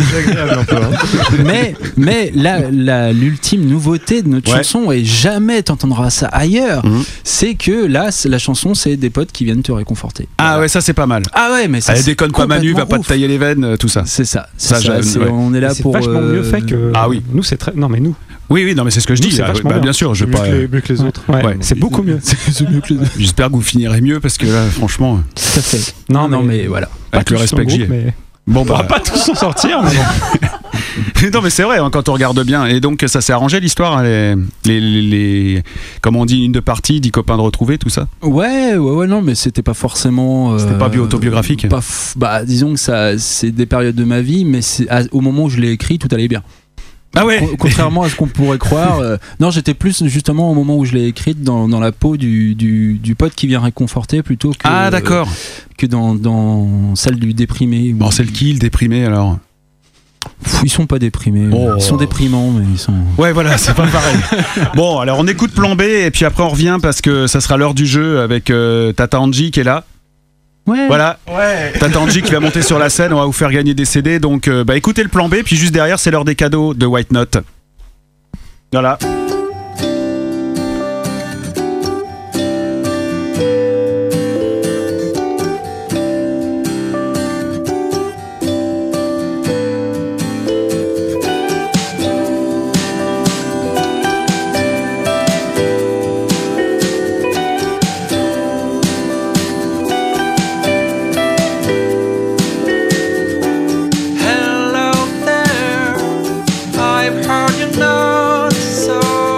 mais mais la, la- l'ultime nouveauté de notre Ouais. chanson, et jamais t'entendras ça ailleurs, Mhm. c'est que là, c'est- la chanson, c'est des potes qui viennent te réconforter. Ah ouais, ça c'est pas mal. Ah ouais, mais ça, Allez, c'est déconne pas Manu, va complètement pas te ouf. tailler les veines, euh, tout ça. C'est ça. c'est Ça, ça, j'aime, c'est- ouais. On est là C'est pour. vachement euh, mieux fait que. Ah oui. Nous, c'est très. Non, mais nous. Oui, oui, non mais c'est ce que je Nous, dis. c'est Ah, vachement bah, bien. bien sûr, je vais mieux, pas. que les, mieux que les autres. Ouais, Ouais. c'est beaucoup mieux. c'est mieux que les autres. J'espère que vous finirez mieux parce que là, franchement, Tout à fait. Non, Non, non, mais- mais voilà. avec le Pas tous respect que dans j'y ai. groupe, mais- Bon On bah. va pas tous s'en sortir, mais bon. Non mais c'est vrai hein, quand on regarde bien et donc ça s'est arrangé l'histoire hein, les, les, les, les- comme on dit une de partie dix copains de retrouver tout ça. Ouais, ouais, ouais, non, mais c'était pas forcément. euh, C'était pas bio-autobiographique. pas f- Bah, disons que ça, c'est des périodes de ma vie, mais c'est à- au moment où je l'ai écrit, tout allait bien. Ah ouais. Con- Contrairement à ce qu'on pourrait croire. euh, non, j'étais plus justement au moment où je l'ai écrite dans, dans la peau du, du, du pote qui vient réconforter plutôt que, Ah d'accord. que dans, dans celle du déprimé. Bon c'est le qui le déprimé alors. Pff, ils sont pas déprimés. Oh. Ils sont déprimants, mais ils sont. Ouais voilà c'est pas pareil. Bon alors on écoute plan B et puis après on revient parce que ça sera l'heure du jeu avec euh, Tata Angie qui est là. Ouais. Voilà. Tata Angie qui va monter sur la scène, on va vous faire gagner des C D donc euh, bah écoutez le plan B puis juste derrière c'est l'heure des cadeaux de White Note. Voilà. Hello there, I've heard your note, so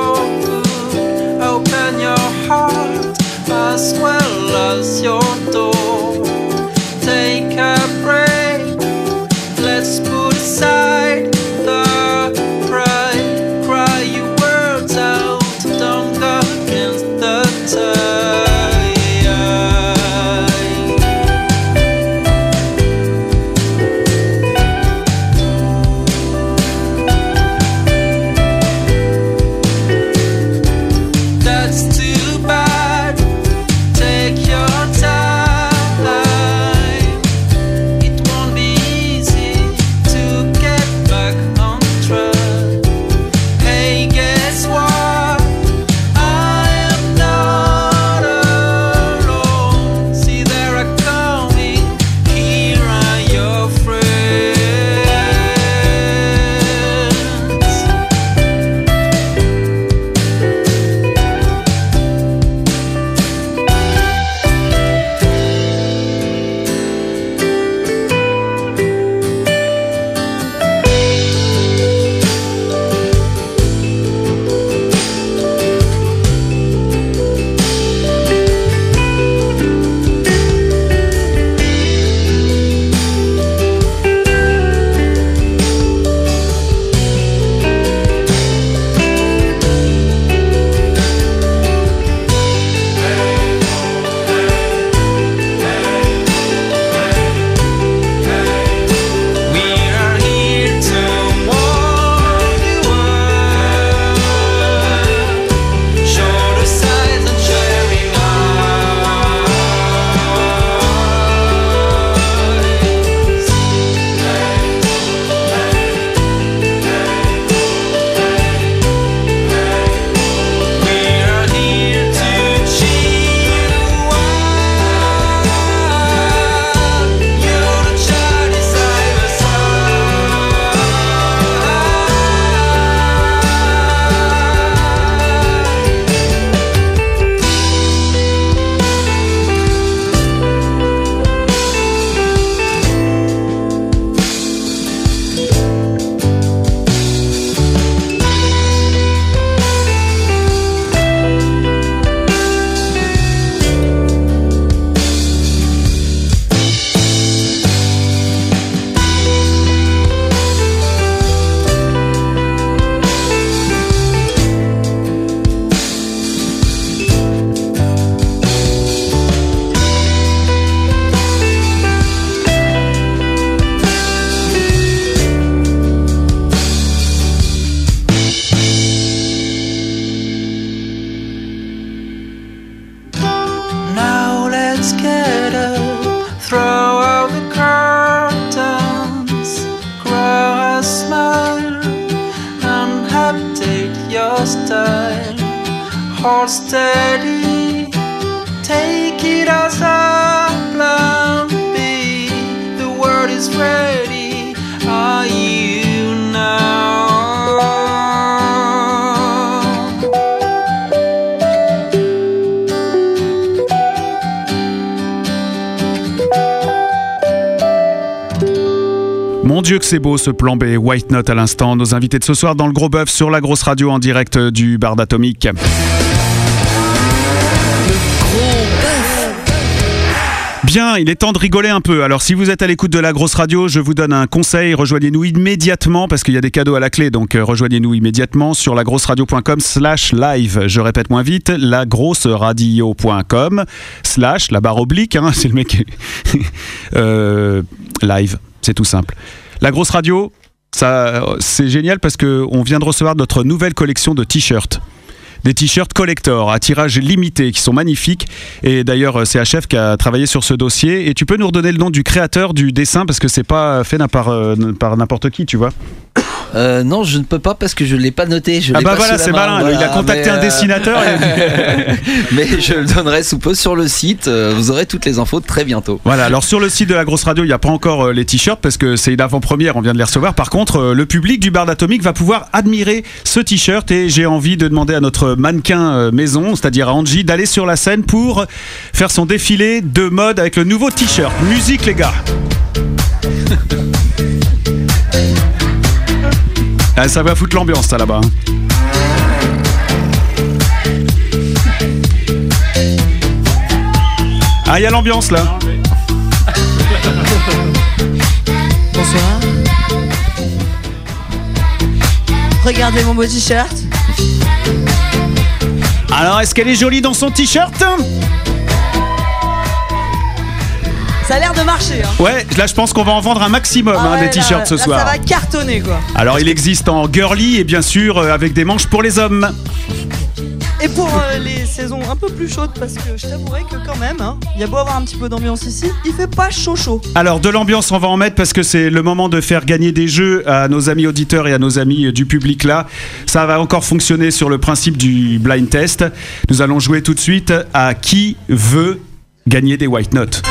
hold steady. Take it as a plan B. The world is ready. Are you now? Mon Dieu que c'est beau ce plan B, White Note à l'instant. Nos invités de ce soir dans le Gros Bœuf sur la grosse radio en direct du bar d'Atomique. Bien, il est temps de rigoler un peu. Alors si vous êtes à l'écoute de la grosse radio, je vous donne un conseil, rejoignez-nous immédiatement parce qu'il y a des cadeaux à la clé, donc euh, rejoignez-nous immédiatement sur lagrosseradio.com slash live. Je répète moins vite, lagrosseradio.com slash, la barre oblique, hein, c'est le mec euh, live, c'est tout simple. La grosse radio, ça, c'est génial parce qu'on vient de recevoir notre nouvelle collection de t-shirts. Des t-shirts collector à tirage limité qui sont magnifiques. Et d'ailleurs, c'est H F qui a travaillé sur ce dossier. Et tu peux nous redonner le nom du créateur du dessin parce que c'est pas fait par, euh, par n'importe qui, tu vois. Euh, non, je ne peux pas parce que je ne l'ai pas noté. Je ah l'ai bah pas voilà, sous la c'est main, malin. voilà, il a contacté mais un euh... dessinateur. Et... mais je le donnerai sous peu sur le site. Vous aurez toutes les infos très bientôt. Voilà, alors sur le site de la grosse radio, il n'y a pas encore euh, les t-shirts parce que c'est une avant-première, on vient de les recevoir. Par contre, euh, le public du bar d'Atomique va pouvoir admirer ce t-shirt et j'ai envie de demander à notre mannequin euh, maison, c'est-à-dire à Angie, d'aller sur la scène pour faire son défilé de mode avec le nouveau t-shirt. Musique les gars. Ah, ça va foutre l'ambiance ça là-bas. Hein. Ah, il y a l'ambiance là. Bonsoir. Regardez mon beau t-shirt. Alors, est-ce qu'elle est jolie dans son t-shirt ? Ça a l'air de marcher. Hein. Ouais, là je pense qu'on va en vendre un maximum ah hein, ouais, des t-shirts là, ce là, soir. Ça va cartonner quoi. Alors il existe en girly et bien sûr euh, avec des manches pour les hommes. Et pour euh, les saisons un peu plus chaudes, parce que je t'avouerai que quand même, il hein, y a beau avoir un petit peu d'ambiance ici, il fait pas chaud chaud. Alors de l'ambiance on va en mettre parce que c'est le moment de faire gagner des jeux à nos amis auditeurs et à nos amis du public là. Ça va encore fonctionner sur le principe du blind test. Nous allons jouer tout de suite à qui veut gagner des White Notes.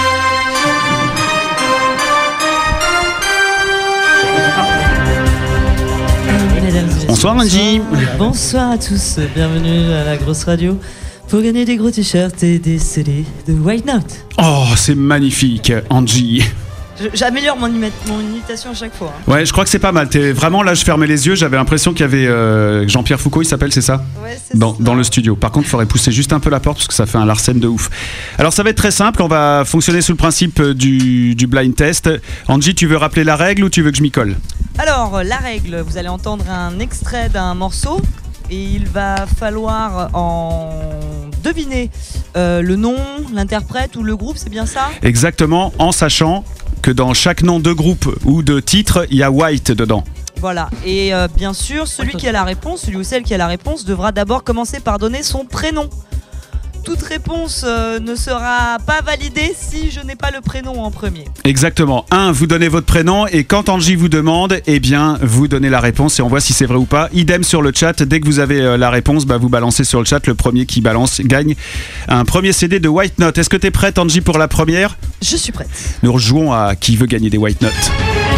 Bonsoir Angie. Bonsoir à tous, bienvenue à la grosse radio pour gagner des gros t-shirts et des C D de White Note. Oh, c'est magnifique Angie. J'améliore mon, imi- mon imitation à chaque fois. Hein. Ouais, je crois que c'est pas mal. T'es vraiment là, je fermais les yeux, j'avais l'impression qu'il y avait euh, Jean-Pierre Foucault, il s'appelle, c'est ça ? Ouais, c'est dans, ça. Dans le studio. Par contre, il faudrait pousser juste un peu la porte parce que ça fait un Larsen de ouf. Alors, ça va être très simple. On va fonctionner sous le principe du, du blind test. Angie, tu veux rappeler la règle ou tu veux que je m'y colle ? Alors, la règle, vous allez entendre un extrait d'un morceau et il va falloir en deviner euh, le nom, l'interprète ou le groupe, c'est bien ça ? Exactement, en sachant que dans chaque nom de groupe ou de titre, il y a White dedans. Voilà, et euh, bien sûr, celui qui a la réponse, celui ou celle qui a la réponse, devra d'abord commencer par donner son prénom. Toute réponse euh, ne sera pas validée si je n'ai pas le prénom en premier. Exactement. Un, vous donnez votre prénom et quand Angie vous demande, eh bien, vous donnez la réponse et on voit si c'est vrai ou pas. Idem sur le chat. Dès que vous avez euh, la réponse, bah, vous balancez sur le chat. Le premier qui balance gagne un premier C D de White Note. Est-ce que tu es prête, Angie, pour la première ? Je suis prête. Nous rejouons à qui veut gagner des White Notes.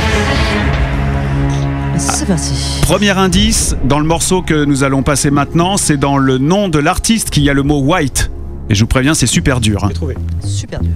C'est parti. Premier indice, dans le morceau que nous allons passer maintenant, c'est dans le nom de l'artiste qu'il y a le mot White. Et je vous préviens, c'est super dur. Hein. J'ai trouvé. Super dur.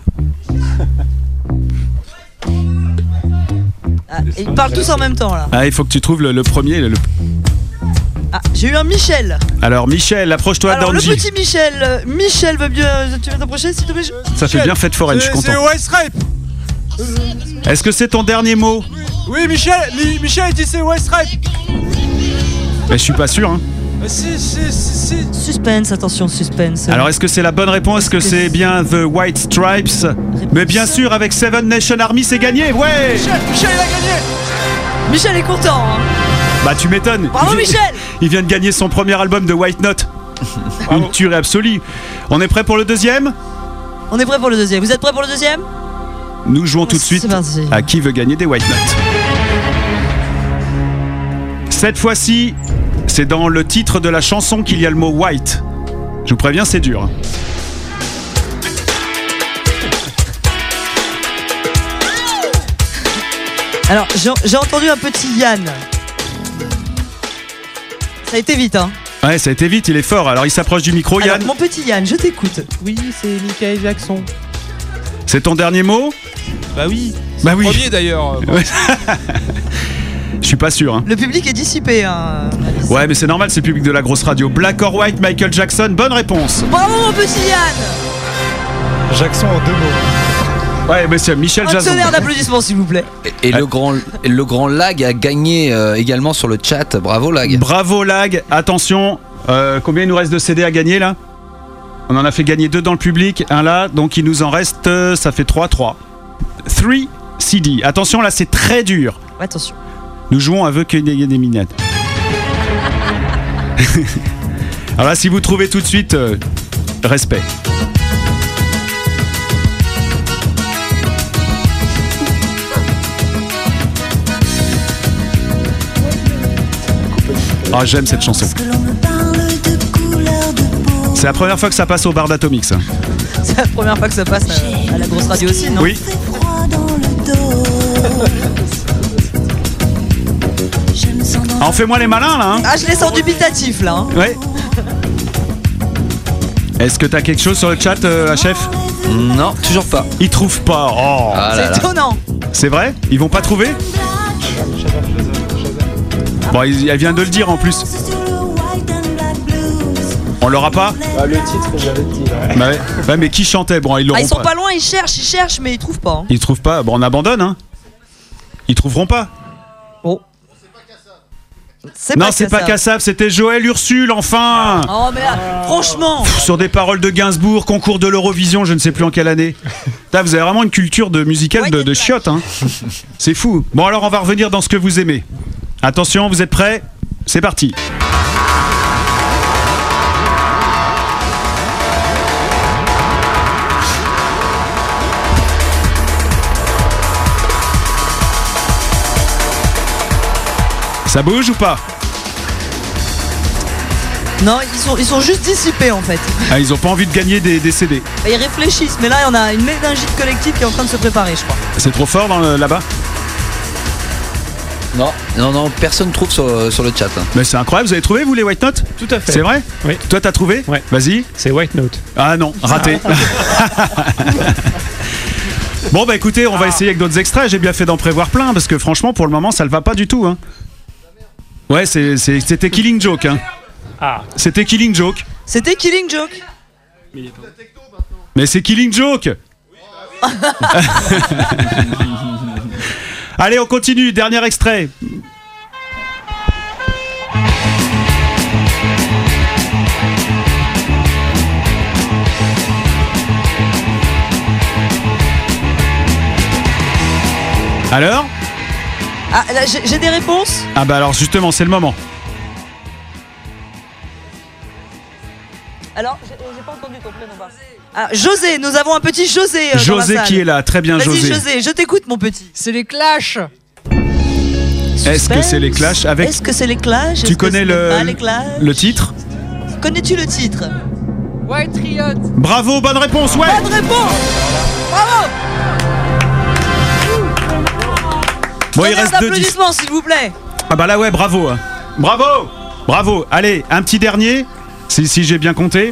Ah, et ils parlent tous en même temps là. Ah, il faut que tu trouves le, le premier. Le... Ah, j'ai eu un Michel. Alors Michel, approche-toi Alors d'Angie. le petit Michel, euh, Michel veut bien. Tu veux t'approcher s'il te plaît. Ça fait bien fête foraine, je suis content. C'est White Stripe. Est-ce que c'est ton dernier mot ? Oui, Michel, Mi- Michel dit c'est White Stripe. Mais je suis pas sûr. Hein. Euh, Si, si, si, si. Suspense, attention, suspense. Alors est-ce que c'est la bonne réponse ? Est-ce que c'est bien The White Stripes ? Mais bien sûr, avec Seven Nation Army, c'est gagné. Ouais. Michel, Michel, il a gagné. Michel est content. Hein. Bah tu m'étonnes. Bravo Il vient- Michel. Il vient de gagner son premier album de White Note. Une tuerie absolue. On est prêt pour le deuxième ? On est prêt pour le deuxième. Vous êtes prêts pour le deuxième ? Nous jouons tout de suite C'est parti. à qui veut gagner des White Notes. Cette fois-ci, c'est dans le titre de la chanson qu'il y a le mot White. Je vous préviens, c'est dur. Alors, j'ai j'ai entendu un petit Yann. Ça a été vite, hein. Ouais, ça a été vite, il est fort. Alors, il s'approche du micro, Alors, Yann. mon petit Yann, je t'écoute. Oui, c'est Michael Jackson. C'est ton dernier mot? Bah oui. Bah le oui. premier d'ailleurs. Ouais. Je suis pas sûr. Hein. Le public est dissipé, hein. Ouais, mais c'est normal, c'est le public de la grosse radio. Black or White, Michael Jackson, bonne réponse. Bravo, mon petit Yann. Jackson en deux mots. Ouais, monsieur Michel Un Jackson. tonnerre d'applaudissements, s'il vous plaît. Et, et le, grand, le grand Lag a gagné euh, également sur le chat. Bravo Lag. Bravo Lag. Attention, euh, combien il nous reste de C D à gagner là? On en a fait gagner deux dans le public, un là, donc il nous en reste, euh, ça fait trois, trois. trois C D. Attention, là c'est très dur. Attention. Nous jouons avec une des minades. Alors là, si vous trouvez tout de suite, euh, respect. Ah, oh, j'aime cette chanson. C'est la première fois que ça passe au bar d'Atomique, ça. C'est la première fois que ça passe à, à la grosse radio aussi, non? Oui. Ah, on fait moi les malins là, hein. Ah, je les sens dubitatifs là. Hein. Ouais. Est-ce que t'as quelque chose sur le chat, euh, H F? Non, toujours pas. Ils trouvent pas. Oh. Ah là C'est là. étonnant. C'est vrai? Ils vont pas trouver? Bon, il, elle vient de le dire en plus. On l'aura pas? Ah, le titre, j'avais dit. Ouais. Bah ouais. Ouais, mais qui chantait? Bon, ils l'auront Ah, ils sont pas. pas loin, ils cherchent, ils cherchent, mais ils trouvent pas. Hein. Ils trouvent pas. Bon, on abandonne, hein. Ils trouveront pas. Bon. C'est Non, pas c'est pas Cassab. Cassab, c'était Joël Ursule, enfin. Oh, mais là, franchement. Pff, sur des paroles de Gainsbourg, concours de l'Eurovision, je ne sais plus en quelle année. Là, vous avez vraiment une culture de musicale de, de chiottes, hein. C'est fou. Bon, alors on va revenir dans ce que vous aimez. Attention, vous êtes prêts? C'est parti. Ça bouge ou pas? Non, ils sont, ils sont juste dissipés en fait. Ah, ils ont pas envie de gagner des, des C D. Bah, ils réfléchissent, mais là, on a une méningite collective qui est en train de se préparer, je crois. C'est trop fort dans le- là-bas? Non, non, non, personne trouve sur, sur le chat. hein. Mais c'est incroyable, vous avez trouvé vous les White Notes? Tout à fait. C'est vrai? Oui. Toi t'as trouvé? Ouais. Vas-y. C'est White Note. Ah non, raté. Bon bah écoutez, on va essayer avec d'autres extraits. J'ai bien fait d'en prévoir plein parce que franchement pour le moment ça le va pas du tout. Hein. Ouais, c'est, c'est- c'était Killing Joke. Hein. Ah. C'était Killing Joke. C'était Killing Joke. Mais c'est Killing Joke. Allez, on continue. Dernier extrait. Alors? Ah, là, j'ai j'ai des réponses. Ah bah alors justement, c'est le moment. Alors, j'ai j'ai pas entendu ton prénom. Bah. Ah, José, nous avons un petit José. euh, dans la José salle. qui est là, très bien Vas-y, José. José, je t'écoute, mon petit. C'est les Clash. Est-ce que c'est les Clash avec... Est-ce que c'est les Clash? Est-ce Tu que connais ce le, n'est pas les Clash le titre? Connais-tu le titre? White Riot. Bravo, bonne réponse, ouais. Bonne réponse. Bravo. Bon, il Tonnerre reste deux disques. d'applaudissements, s'il vous plaît. Ah bah là ouais, bravo. hein. Bravo. Bravo. Allez, un petit dernier, si, si j'ai bien compté.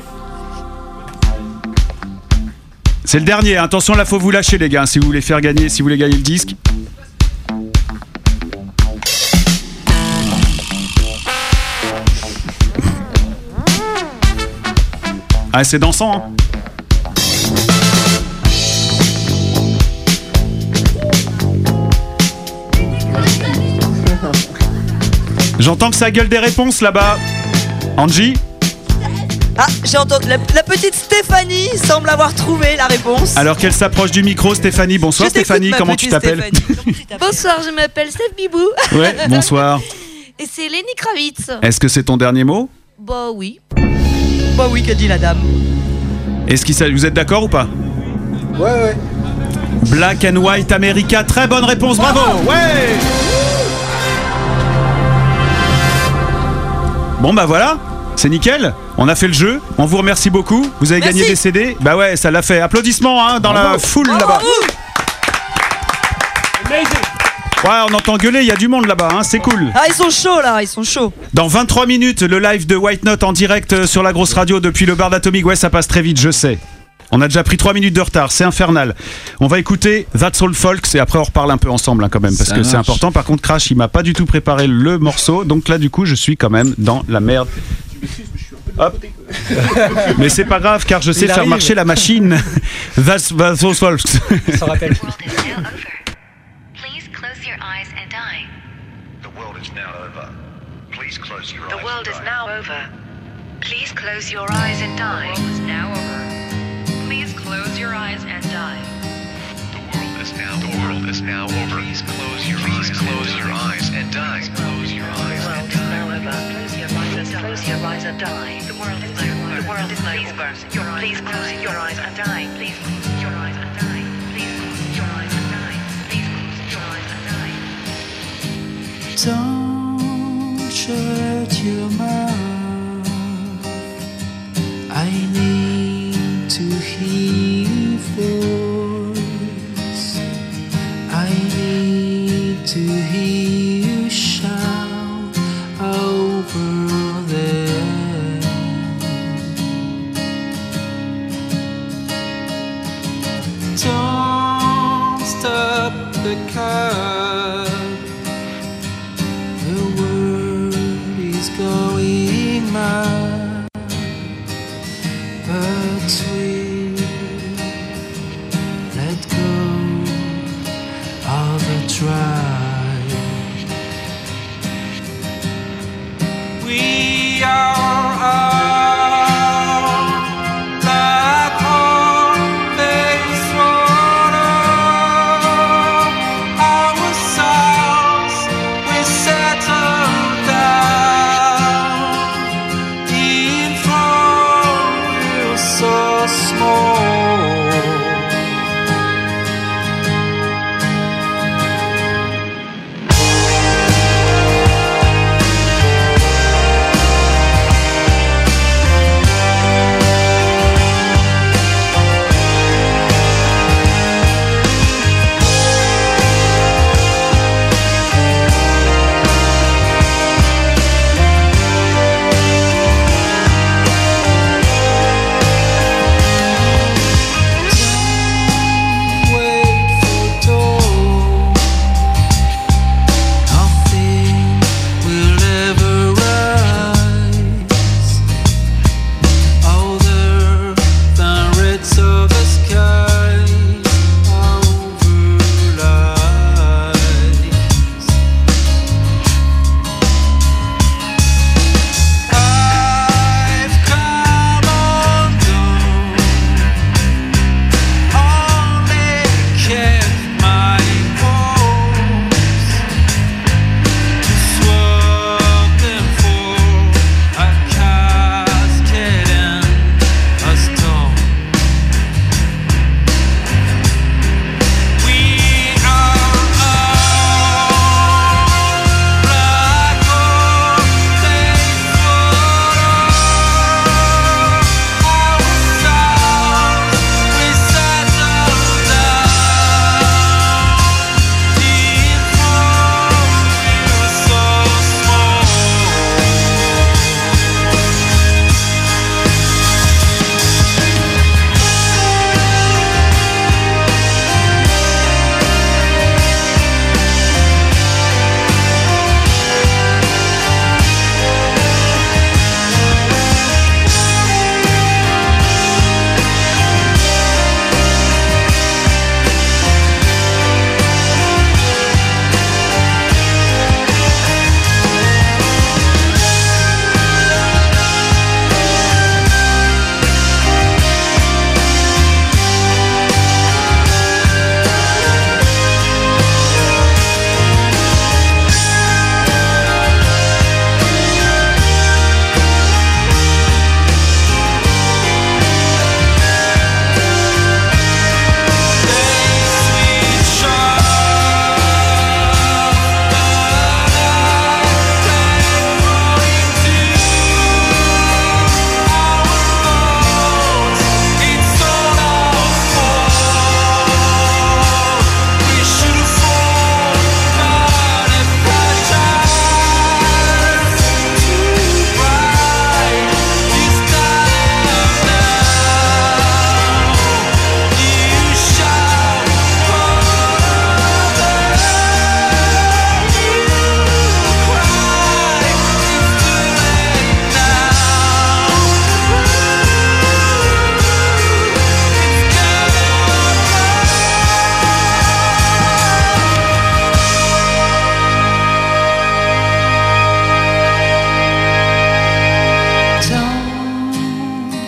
C'est le dernier. Attention, là, faut vous lâcher, les gars, si vous voulez faire gagner, si vous voulez gagner le disque. Ah, c'est dansant, hein. J'entends que ça gueule des réponses là-bas. Angie? Ah, j'ai entendu. La, la petite Stéphanie semble avoir trouvé la réponse. Alors qu'elle s'approche du micro, Stéphanie. Bonsoir Je t'écoute, Stéphanie, ma comment tu petite t'appelles? Stéphanie. Bonsoir, je m'appelle Steph Bibou. Ouais, bonsoir. Et c'est Lenny Kravitz. Est-ce que c'est ton dernier mot? Bah oui. Bah oui, qu'a dit la dame. Est-ce qu'il s'agit- vous êtes d'accord ou pas? Ouais, ouais. Black and White America, très bonne réponse, bravo. Ouais. Bon bah voilà. C'est nickel. On a fait le jeu. On vous remercie beaucoup. Vous avez Merci. gagné des C D. Bah ouais, ça l'a fait. Applaudissements hein, dans Bravo. la foule Bravo. là-bas. Ouais, on entend gueuler, il y a du monde là-bas, hein, c'est cool. Ah, ils sont chauds là, ils sont chauds. Dans vingt-trois minutes, le live de White Note en direct sur la grosse radio depuis le bar d'Atomic. Ouais, ça passe très vite, je sais. On a déjà pris trois minutes de retard, c'est infernal. On va écouter That's All Folks et après on reparle un peu ensemble hein, quand même parce Ça que c'est marche. important. Par contre, Crash, il m'a pas du tout préparé le morceau, donc là du coup, je suis quand même dans la merde. Hop. Mais c'est pas grave car je sais Il faire arrive. marcher la machine. That's, that's All Folks. Ça rappelle. Please close your eyes and die. The world is now over. Please close your The eyes. world and is die. now over. Please close your eyes and die. The world is now over. Please close your eyes and die. The world is now. The world is now over. Please close your eyes. Close your eyes and die. Close your eyes and die. Close your eyes and close your eyes and die. The world is now over. The world is now over. Please close your eyes and die. Please close your eyes and die. Please close your eyes and die. Please close your eyes and die. Don't shut your mouth. I need to hear your voice. I need to hear you shout over there. Don't stop the car. The world is going mad, but we let go of the drive. We are all black hole face water. Our souls we settle down in front. We're so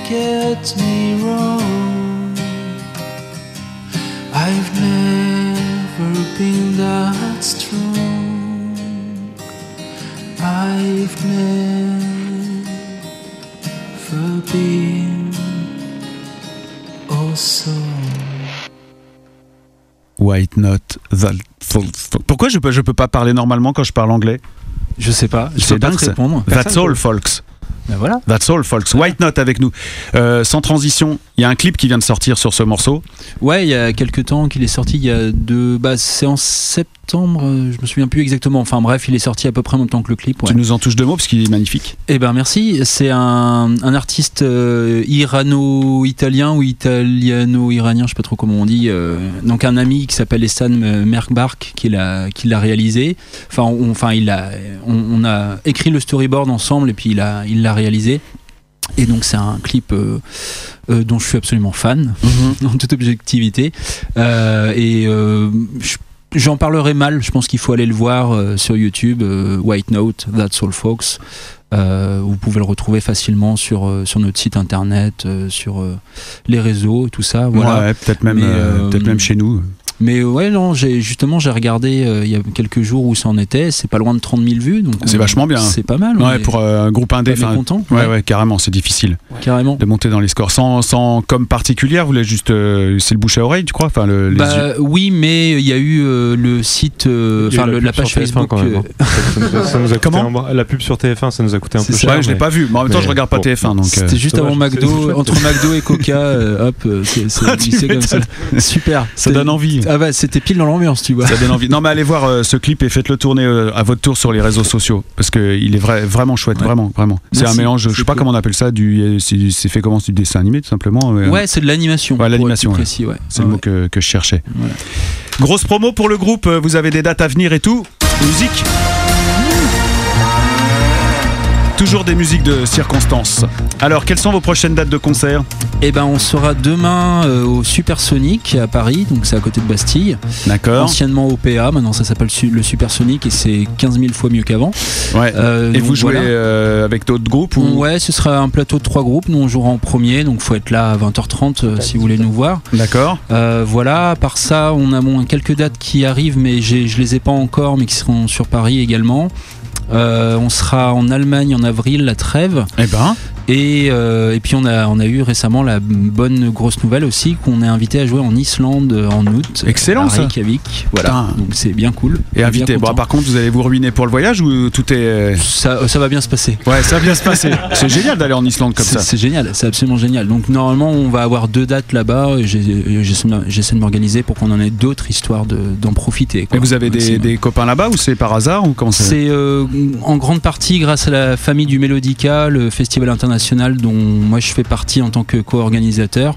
get me wrong. I've never been that strong. I've never been also. White Note. That... Pourquoi je peux, je peux pas parler normalement quand je parle anglais? Je sais pas, je C'est peux pas dingue, te ça. répondre. That's all, folks. Ben voilà. That's all, folks. White Note avec nous. Euh, sans transition, il y a un clip qui vient de sortir sur ce morceau. Ouais, il y a quelques temps qu'il est sorti, il y a deux. Bah, c'est en septembre, euh, je me souviens plus exactement. Enfin bref, il est sorti à peu près en même temps que le clip. Ouais. Tu nous en touches deux mots parce qu'il est magnifique. Eh ben merci. C'est un, un artiste euh, irano-italien ou italiano-iranien, je sais pas trop comment on dit. euh, donc un ami qui s'appelle Estan Merkbark qui l'a qui l'a réalisé. Enfin, on, enfin il a, on, on a écrit le storyboard ensemble et puis il a il l'a réalisé. Et donc c'est un clip euh, euh, dont je suis absolument fan, mm-hmm. en toute objectivité. Euh, et euh, je, j'en parlerai mal, je pense qu'il faut aller le voir euh, sur YouTube, euh, White Note, That's All Folks. Euh, vous pouvez le retrouver facilement sur, euh, sur notre site internet, euh, sur euh, les réseaux, tout ça. Voilà. Ouais, peut-être même, Mais, euh, peut-être même chez nous. Mais ouais, non, j'ai, justement, j'ai regardé euh, il y a quelques jours où ça en était. C'est pas loin de trente mille vues. Donc c'est on, vachement bien. C'est pas mal. Ouais, pour euh, un groupe indé. On est content. Ouais, Ouais. ouais, carrément, c'est difficile. Ouais. Carrément. De monter dans les scores. Sans, sans com particulière, vous voulez juste. Euh, c'est le bouche à oreille, tu crois enfin, le, les Bah, yeux. oui, mais il y a eu euh, le site, euh, enfin la, la page Facebook. Quand même, hein. ça, nous a, ça nous a coûté Comment un, la pub sur T F un, ça nous a coûté un C'est peu ça. cher. Ouais, je l'ai mais- pas vu. Mais en même temps, mais je regarde pas bon. T F un. Donc, C'était euh, juste dommage, avant c'est- McDo, c'est entre McDo et Coca, euh, hop, euh, c'est, c'est Ah, tu glissé comme ça. Super. ça C'était- donne envie. Ah bah c'était pile dans l'ambiance, tu vois. Ça donne envie. Non, mais allez voir euh, ce clip et faites-le tourner euh, à votre tour sur les réseaux sociaux parce que il est vrai, vraiment chouette, Ouais. vraiment, vraiment. C'est Merci, un mélange. Je c'est sais pas cool. comment on appelle ça. Du, c'est, c'est fait comment, c'est du dessin animé tout simplement. euh, Ouais, c'est de l'animation. Ouais, pour être l'animation, plus ouais. précis, ouais. C'est Ouais, le mot ouais. que, que je cherchais. Voilà. Grosse promo pour le groupe. euh, Vous avez des dates à venir et tout. Musique. Toujours des musiques de circonstances. Alors, quelles sont vos prochaines dates de concert? Eh ben, on sera demain euh, au Supersonic à Paris, donc c'est à côté de Bastille. D'accord. Anciennement au P A, maintenant ça s'appelle su- le Supersonic et c'est quinze mille fois mieux qu'avant. Ouais. Euh, et donc vous jouez voilà. euh, avec d'autres groupes ou... Ouais, ce sera un plateau de trois groupes. Nous on jouera en premier, donc faut être là à vingt heures trente euh, si vous voulez nous voir. D'accord. Euh, voilà, à part ça, on a bon, quelques dates qui arrivent, mais j'ai, je les ai pas encore, mais qui seront sur Paris également. Euh, on sera en Allemagne en avril, la trêve. Eh ben. Et, euh, et puis on a, on a eu récemment la bonne grosse nouvelle aussi qu'on est invité à jouer en Islande en août. Excellent, à ça. Reykjavik. Voilà, Putain. donc c'est bien cool. Et On est invité. bien Bon, content. par contre, vous allez vous ruiner pour le voyage ou tout est. ça, ça va bien se passer. Ouais, ça va bien se passer. C'est génial d'aller en Islande comme C'est, ça. c'est génial, c'est absolument génial. Donc normalement on va avoir deux dates là-bas. Et j'ai- j'essaie, de- j'essaie de m'organiser pour qu'on en ait d'autres histoire de, d'en profiter. Quoi, Et vous avez des, maximum. des copains là-bas ou c'est par hasard ou comment ça C'est euh, en grande partie grâce à la famille du Mélodica, le festival international dont moi je fais partie en tant que co-organisateur,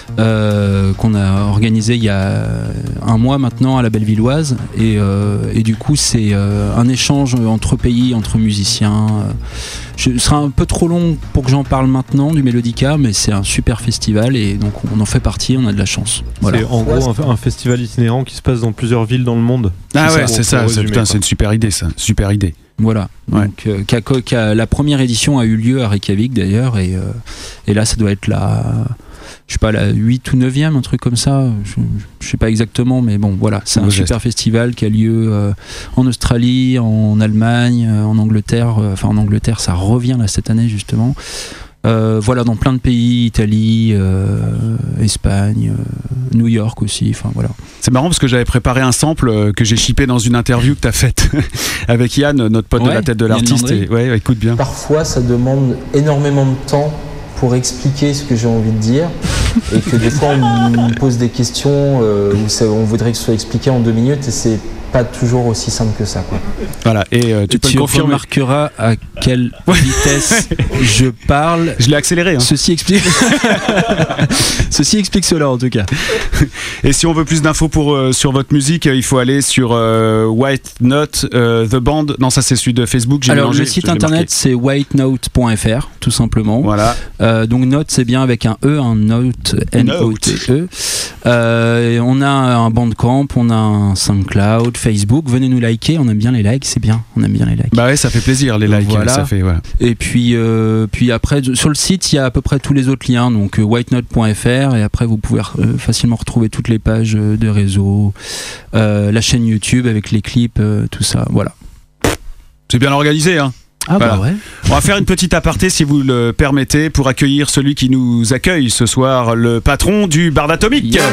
euh, qu'on a organisé il y a un mois maintenant à la Bellevilloise. Et, euh, et du coup, c'est euh, un échange entre pays, entre musiciens. Je, ce sera un peu trop long pour que j'en parle maintenant du Mélodica, mais c'est un super festival et donc on en fait partie, on a de la chance. Voilà. C'est en gros un, un festival itinérant qui se passe dans plusieurs villes dans le monde. Ah C'est ouais, ça, c'est pour- ça. pour c'est, résumer, putain, quoi. c'est une super idée, ça. Super idée. Voilà, Ouais. donc euh, qu'a- qu'a- la première édition a eu lieu à Reykjavik d'ailleurs, et, euh, et là ça doit être la, je sais pas, la huit ou neuvième, un truc comme ça, je, je sais pas exactement, mais bon voilà, c'est un Beau super geste. festival qui a lieu euh, en Australie, en Allemagne, euh, en Angleterre, euh, enfin en Angleterre ça revient là cette année justement. Euh, voilà, dans plein de pays, Italie, euh, Espagne, euh, New York aussi, enfin voilà. C'est marrant parce que j'avais préparé un sample euh, que j'ai shippé dans une interview que t'as faite avec Yann, notre pote de Ouais, la tête de Yann l'artiste. Landry. Et, ouais, écoute bien. Parfois, ça demande énormément de temps pour expliquer ce que j'ai envie de dire et que des fois on me pose des questions euh, où ça- on voudrait que ce soit expliqué en deux minutes et c'est pas toujours aussi simple que ça, quoi. Voilà, et euh, tu peux tu le confirmer. remarqueras à quelle vitesse je parle. Je l'ai accéléré. Hein. Ceci explique. Ceci explique cela en tout cas. Et si on veut plus d'infos pour, euh, sur votre musique, euh, il faut aller sur euh, White Note, euh, The Band. Non, ça c'est celui de Facebook. J'ai Alors mélangé, le site je l'ai internet marqué. c'est white note point f r tout simplement. Voilà. Euh, donc note c'est bien avec un E, un note N O T E. Euh, on a un Bandcamp, on a un SoundCloud, Facebook. Venez nous liker, on aime bien les likes, c'est bien, on aime bien les likes. Bah ouais, ça fait plaisir les likes, Voilà. ça fait ouais. Et puis, euh, puis après, sur le site, il y a à peu près tous les autres liens, donc euh, whitenote point f r, et après vous pouvez euh, facilement retrouver toutes les pages euh, de réseau, euh, la chaîne YouTube avec les clips, euh, tout ça, voilà. C'est bien organisé, hein. Ah Voilà. bah ouais. On va faire une petite aparté si vous le permettez pour accueillir celui qui nous accueille ce soir, le patron du Bar d'Atomique. Yeah.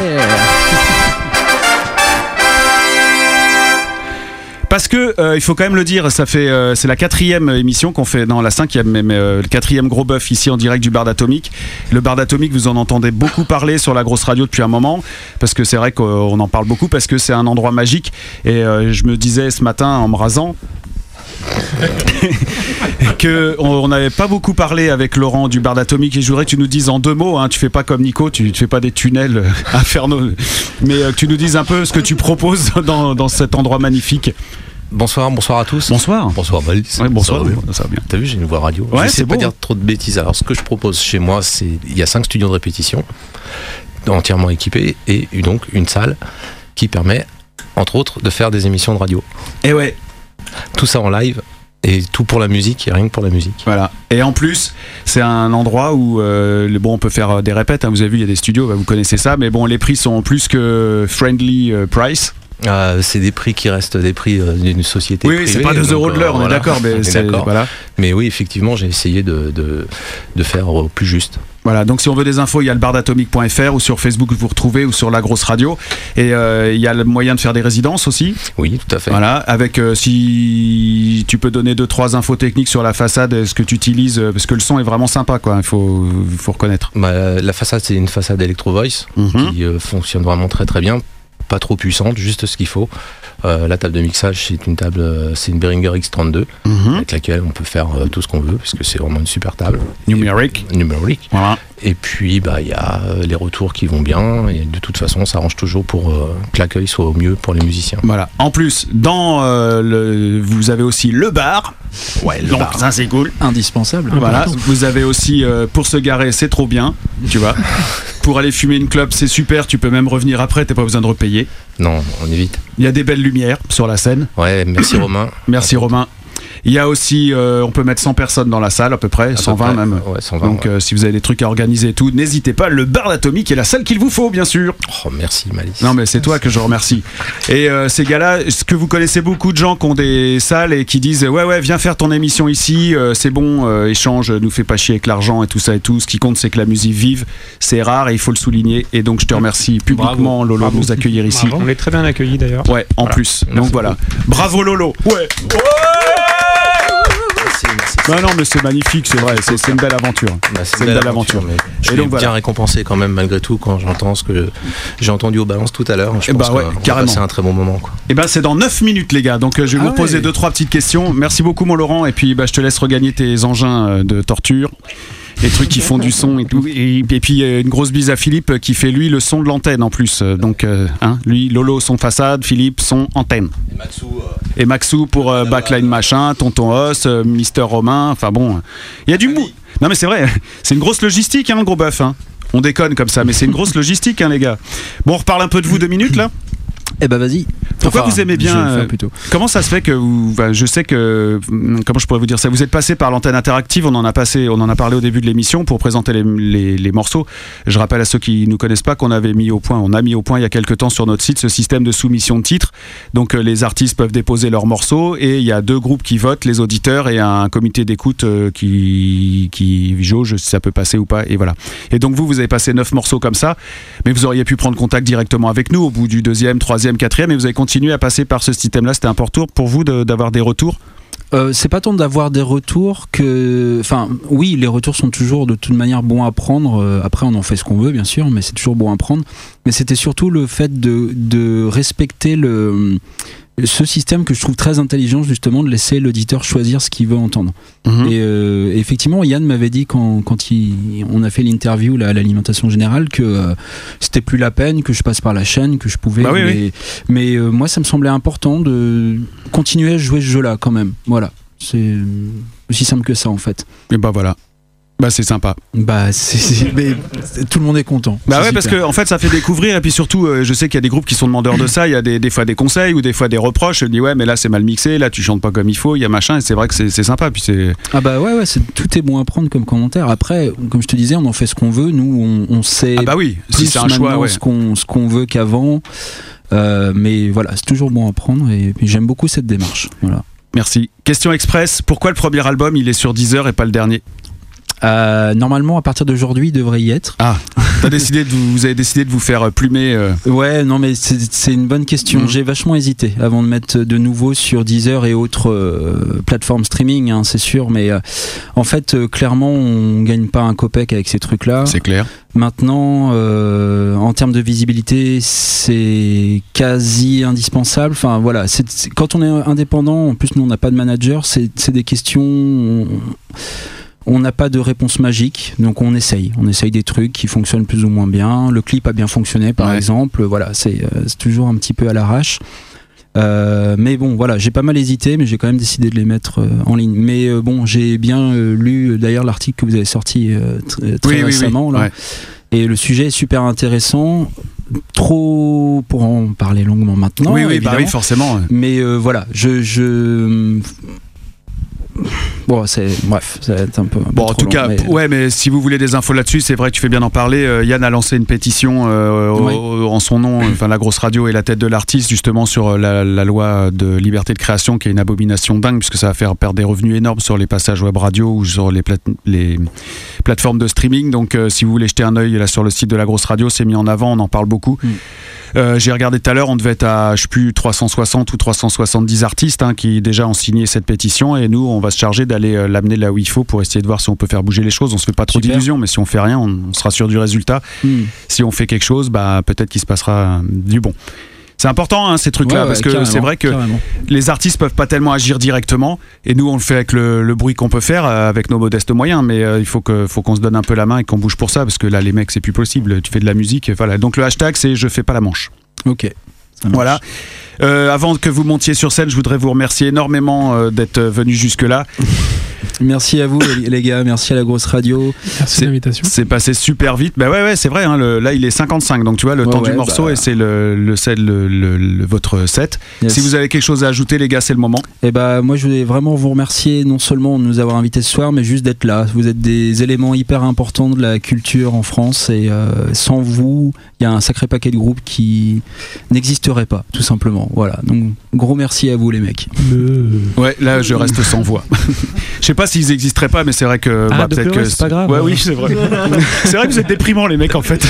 Parce que euh, il faut quand même le dire, ça fait euh, c'est la quatrième émission qu'on fait, non la cinquième, mais, mais euh, le quatrième gros bœuf ici en direct du Bar d'Atomique. Le Bar d'Atomique, vous en entendez beaucoup parler sur la grosse radio depuis un moment, parce que c'est vrai qu'on en parle beaucoup, parce que c'est un endroit magique. Et euh, je me disais ce matin en me rasant que on n'avait pas beaucoup parlé avec Laurent du Bar d'Atomique, et je voudrais que tu nous dises en deux mots, hein, tu fais pas comme Nico, tu, tu fais pas des tunnels infernaux, mais euh, que tu nous dises un peu ce que tu proposes dans, dans cet endroit magnifique. Bonsoir, bonsoir à tous. Bonsoir. Bonsoir Malice. Ouais, bonsoir. Ça va bien. Ça va bien. T'as vu, j'ai une voix radio. Ouais, je c'est sais pas beau. dire trop de bêtises. Alors, ce que je propose chez moi, c'est il y a cinq studios de répétition entièrement équipés et donc une salle qui permet, entre autres, de faire des émissions de radio. Et ouais. Tout ça en live. Et tout pour la musique, et rien que pour la musique. Voilà. Et en plus, c'est un endroit où euh, le- bon, on peut faire des répètes. Hein, vous avez vu, il y a des studios, bah, vous connaissez ça. Mais bon, les prix sont plus que friendly euh, price. Euh, c'est des prix qui restent des prix euh, d'une société Oui, oui, privée. c'est pas deux donc, euros de l'heure, on est voilà. d'accord, mais On est c'est- d'accord. voilà. Mais oui, effectivement, j'ai essayé de, de, de faire au plus juste. Voilà, donc si on veut des infos, il y a le bardatomique point f r ou sur Facebook vous retrouvez, ou sur la grosse radio. Et euh, il y a le moyen de faire des résidences aussi. Oui, tout à fait. Voilà, avec euh, si tu peux donner deux trois infos techniques sur la façade, ce que tu utilises, euh, parce que le son est vraiment sympa, quoi. Il faut, faut reconnaître. Bah, la façade, c'est une façade Electro Voice Mhm. qui euh, fonctionne vraiment très très bien. Pas trop puissante, juste ce qu'il faut. Euh, la table de mixage, c'est une table, euh, c'est une Behringer X trente-deux Mhm. avec laquelle on peut faire euh, tout ce qu'on veut, puisque c'est vraiment une super table. Numérique. Et, numérique. Voilà. Et puis, bah, il y a euh, les retours qui vont bien. Et de toute façon, on s'arrange toujours pour euh, que l'accueil soit au mieux pour les musiciens. Voilà. En plus, dans euh, le, vous avez aussi le bar. Ouais, le donc bar. ça c'est cool. Indispensable. Voilà. Vous avez aussi euh, pour se garer, c'est trop bien, tu vois. Pour aller fumer une clope, c'est super. Tu peux même revenir après, t'as pas besoin de repayer. Non, on évite. Il y a des belles lumières sur la scène. Ouais, merci Romain. Merci Romain. Il y a aussi, euh, on peut mettre cent personnes dans la salle à peu près, À peu cent vingt près, même. ouais, cent vingt, Donc ouais. euh, si vous avez des trucs à organiser et tout, n'hésitez pas, le Bar d'Atomique est la salle qu'il vous faut, bien sûr. Oh, merci Malice. Non mais c'est toi que je remercie. Et euh, ces gars-là, est-ce que vous connaissez beaucoup de gens qui ont des salles et qui disent ouais ouais viens faire ton émission ici, euh, c'est bon, euh, échange, nous fais pas chier avec l'argent et tout ça et tout. Ce qui compte c'est que la musique vive, c'est rare et il faut le souligner. Et donc je te remercie publiquement Bravo. Lolo Bravo. de nous accueillir ici. On est très bien accueillis d'ailleurs. Ouais, en Voilà. plus. Merci Donc voilà. Bravo Lolo. Ouais. Non, non, mais c'est magnifique, c'est vrai, c'est c'est une belle aventure. Bah, c'est une belle aventure. mais je Et suis donc, bien voilà. récompensé quand même malgré tout quand j'entends ce que j'ai entendu aux balances tout à l'heure. Je Eh pense bah ouais, qu'on va carrément. passer un très bon moment. Quoi. Et ben c'est dans neuf minutes les gars, donc euh, je vais Ah vous poser ouais. deux trois petites questions. Merci beaucoup mon Laurent, et puis bah, je te laisse regagner tes engins euh, de torture. Les trucs qui font du son et tout. Et, et puis euh, une grosse bise à Philippe euh, qui fait lui le son de l'antenne en plus. Euh, Donc euh, hein, lui, Lolo son façade, Philippe son antenne. Et Maxou, euh, Et Maxou pour euh, backline machin, Tonton Os, euh, Mister Romain, enfin bon, il y a du mou. Non mais c'est vrai, c'est une grosse logistique hein, le gros bœuf. Hein. On déconne comme ça, mais c'est une grosse logistique hein, les gars. Bon, on reparle un peu de vous deux minutes là. Eh ben vas-y. Pourquoi Enfin, vous aimez je bien vais le faire euh, plutôt. Comment ça se fait que vous, enfin, je sais que hum, comment je pourrais vous dire ça, vous êtes passé par l'antenne interactive, on en a passé, on en a parlé au début de l'émission pour présenter les, les, les morceaux. Je rappelle à ceux qui nous connaissent pas qu'on avait mis au point, on a mis au point il y a quelques temps sur notre site ce système de soumission de titres. Donc euh, les artistes peuvent déposer leurs morceaux et il y a deux groupes qui votent, les auditeurs et un comité d'écoute euh, qui qui jauge si ça peut passer ou pas et voilà. Et donc vous vous avez passé neuf morceaux comme ça, mais vous auriez pu prendre contact directement avec nous au bout du deuxième, troisième, quatrième et vous avez continué à passer par ce système-là. C'était important pour vous de- d'avoir des retours? Euh, c'est pas tant d'avoir des retours que. Enfin, oui, les retours sont toujours de toute manière bons à prendre. Euh, après, on en fait ce qu'on veut, bien sûr, mais c'est toujours bon à prendre. Mais c'était surtout le fait de, de respecter le, ce système que je trouve très intelligent, justement, de laisser l'auditeur choisir ce qu'il veut entendre. Mhm. Et euh, effectivement, Yann m'avait dit quand, quand il, on a fait l'interview là, à l'alimentation générale que euh, c'était plus la peine que je passe par la chaîne, que je pouvais. Bah oui, mais oui. mais euh, moi, ça me semblait important de continuer à jouer ce jeu-là quand même. Voilà. C'est aussi simple que ça en fait. Et bah voilà. Bah c'est sympa. Bah c'est, c'est- mais tout le monde est content. Bah C'est ouais, parce super. que en fait ça fait découvrir, et puis surtout euh, je sais qu'il y a des groupes qui sont demandeurs de ça, il y a des, des fois des conseils ou des fois des reproches, je dis ouais mais là c'est mal mixé, là tu chantes pas comme il faut, il y a machin, et c'est vrai que c'est, c'est sympa, puis c'est... Ah bah ouais, ouais, c'est, tout est bon à prendre comme commentaire. Après, comme je te disais, on en fait ce qu'on veut. Nous, on, on sait Ah bah oui, si plus c'est un choix, maintenant ouais. ce qu'on, ce qu'on veut qu'avant. Euh, mais voilà, c'est toujours bon à prendre, et puis j'aime beaucoup cette démarche. Voilà. Merci. Question express, pourquoi le premier album il est sur Deezer et pas le dernier? Euh, normalement, à partir d'aujourd'hui, il devrait y être. Ah, t'as décidé de vous, vous avez décidé de vous faire plumer euh... Ouais, non, mais c'est, c'est une bonne question. Mhm. J'ai vachement hésité avant de mettre de nouveau sur Deezer et autres euh, plateformes streaming, hein, c'est sûr. Mais euh, en fait, euh, clairement, on gagne pas un copec avec ces trucs-là. C'est clair. Maintenant, euh, en termes de visibilité, c'est quasi indispensable. Enfin, voilà, c'est, c'est- quand on est indépendant, en plus, nous, on n'a pas de manager, c'est, c'est des questions. On, on n'a pas de réponse magique, donc on essaye. On essaye des trucs qui fonctionnent plus ou moins bien. Le clip a bien fonctionné, par Ouais. exemple. Voilà, c'est, euh, c'est toujours un petit peu à l'arrache. Euh, mais bon, voilà, j'ai pas mal hésité, mais j'ai quand même décidé de les mettre euh, en ligne. Mais euh, bon, j'ai bien euh, lu d'ailleurs l'article que vous avez sorti euh, tr- très Oui, oui, récemment oui. là. Ouais. Et le sujet est super intéressant. Trop pour en parler longuement maintenant. oui, oui, bah évidemment. oui, forcément. ouais. Mais euh, voilà, je, je... Bon, c'est bref, ça va être un peu. un peu Bon, en trop tout long, cas, mais- p- ouais, mais si vous voulez des infos là-dessus, c'est vrai que tu fais bien d'en parler. Euh, Yann a lancé une pétition euh, au- Oui. au- en son nom, enfin la grosse radio est la tête de l'artiste, justement sur euh, la, la loi de liberté de création, qui est une abomination dingue, puisque ça va faire perdre des revenus énormes sur les passages web radio ou sur les, plate- les plateformes de streaming. Donc, euh, si vous voulez jeter un œil là sur le site de la grosse radio, c'est mis en avant, on en parle beaucoup. Mm. Euh, j'ai regardé tout à l'heure, on devait être à, je sais plus, trois cent soixante ou trois cent soixante-dix artistes hein, qui déjà ont signé cette pétition, et nous, on va se charger d'aller euh, l'amener là où il faut pour essayer de voir si on peut faire bouger les choses. On se fait pas trop Super. d'illusions, mais si on fait rien, on, on sera sûr du résultat. Hmm. Si on fait quelque chose, bah peut-être qu'il se passera euh, du bon. C'est important hein, ces trucs-là, Ouais, ouais, parce que carrément, c'est vrai que carrément. les artistes peuvent pas tellement agir directement, et nous on le fait avec le, le bruit qu'on peut faire, euh, avec nos modestes moyens, mais euh, il faut que faut qu'on se donne un peu la main et qu'on bouge pour ça, parce que là les mecs c'est plus possible. Tu fais de la musique, voilà. Donc le hashtag c'est je fais pas la manche. Ok. ça marche. Voilà. Euh, avant que vous montiez sur scène, je voudrais vous remercier énormément euh, d'être venus jusque-là. Merci à vous les les gars, merci à la grosse radio. Merci de l'invitation. C'est passé super vite. Bah ouais, ouais, c'est vrai. Hein, le- là, il est cinquante-cinq, donc tu vois le Ouais, temps du ouais, morceau bah. et c'est le, le, set- le, le- le- votre set. Yes. Si vous avez quelque chose à ajouter, les gars, c'est le moment. Et bah moi je voulais vraiment vous remercier non seulement de nous avoir invités ce soir, mais juste d'être là. Vous êtes des éléments hyper importants de la culture en France, et euh, sans vous, il y a un sacré paquet de groupes qui n'existeraient pas, tout simplement. Voilà. Donc gros merci à vous les mecs. Ouais, là, je reste sans voix. Je sais pas s'ils existeraient pas, mais c'est vrai que Ah, bah, de peut-être pleurer, que c'est pas grave. Ouais, oui, c'est vrai. C'est vrai que vous êtes déprimants, les mecs, en fait.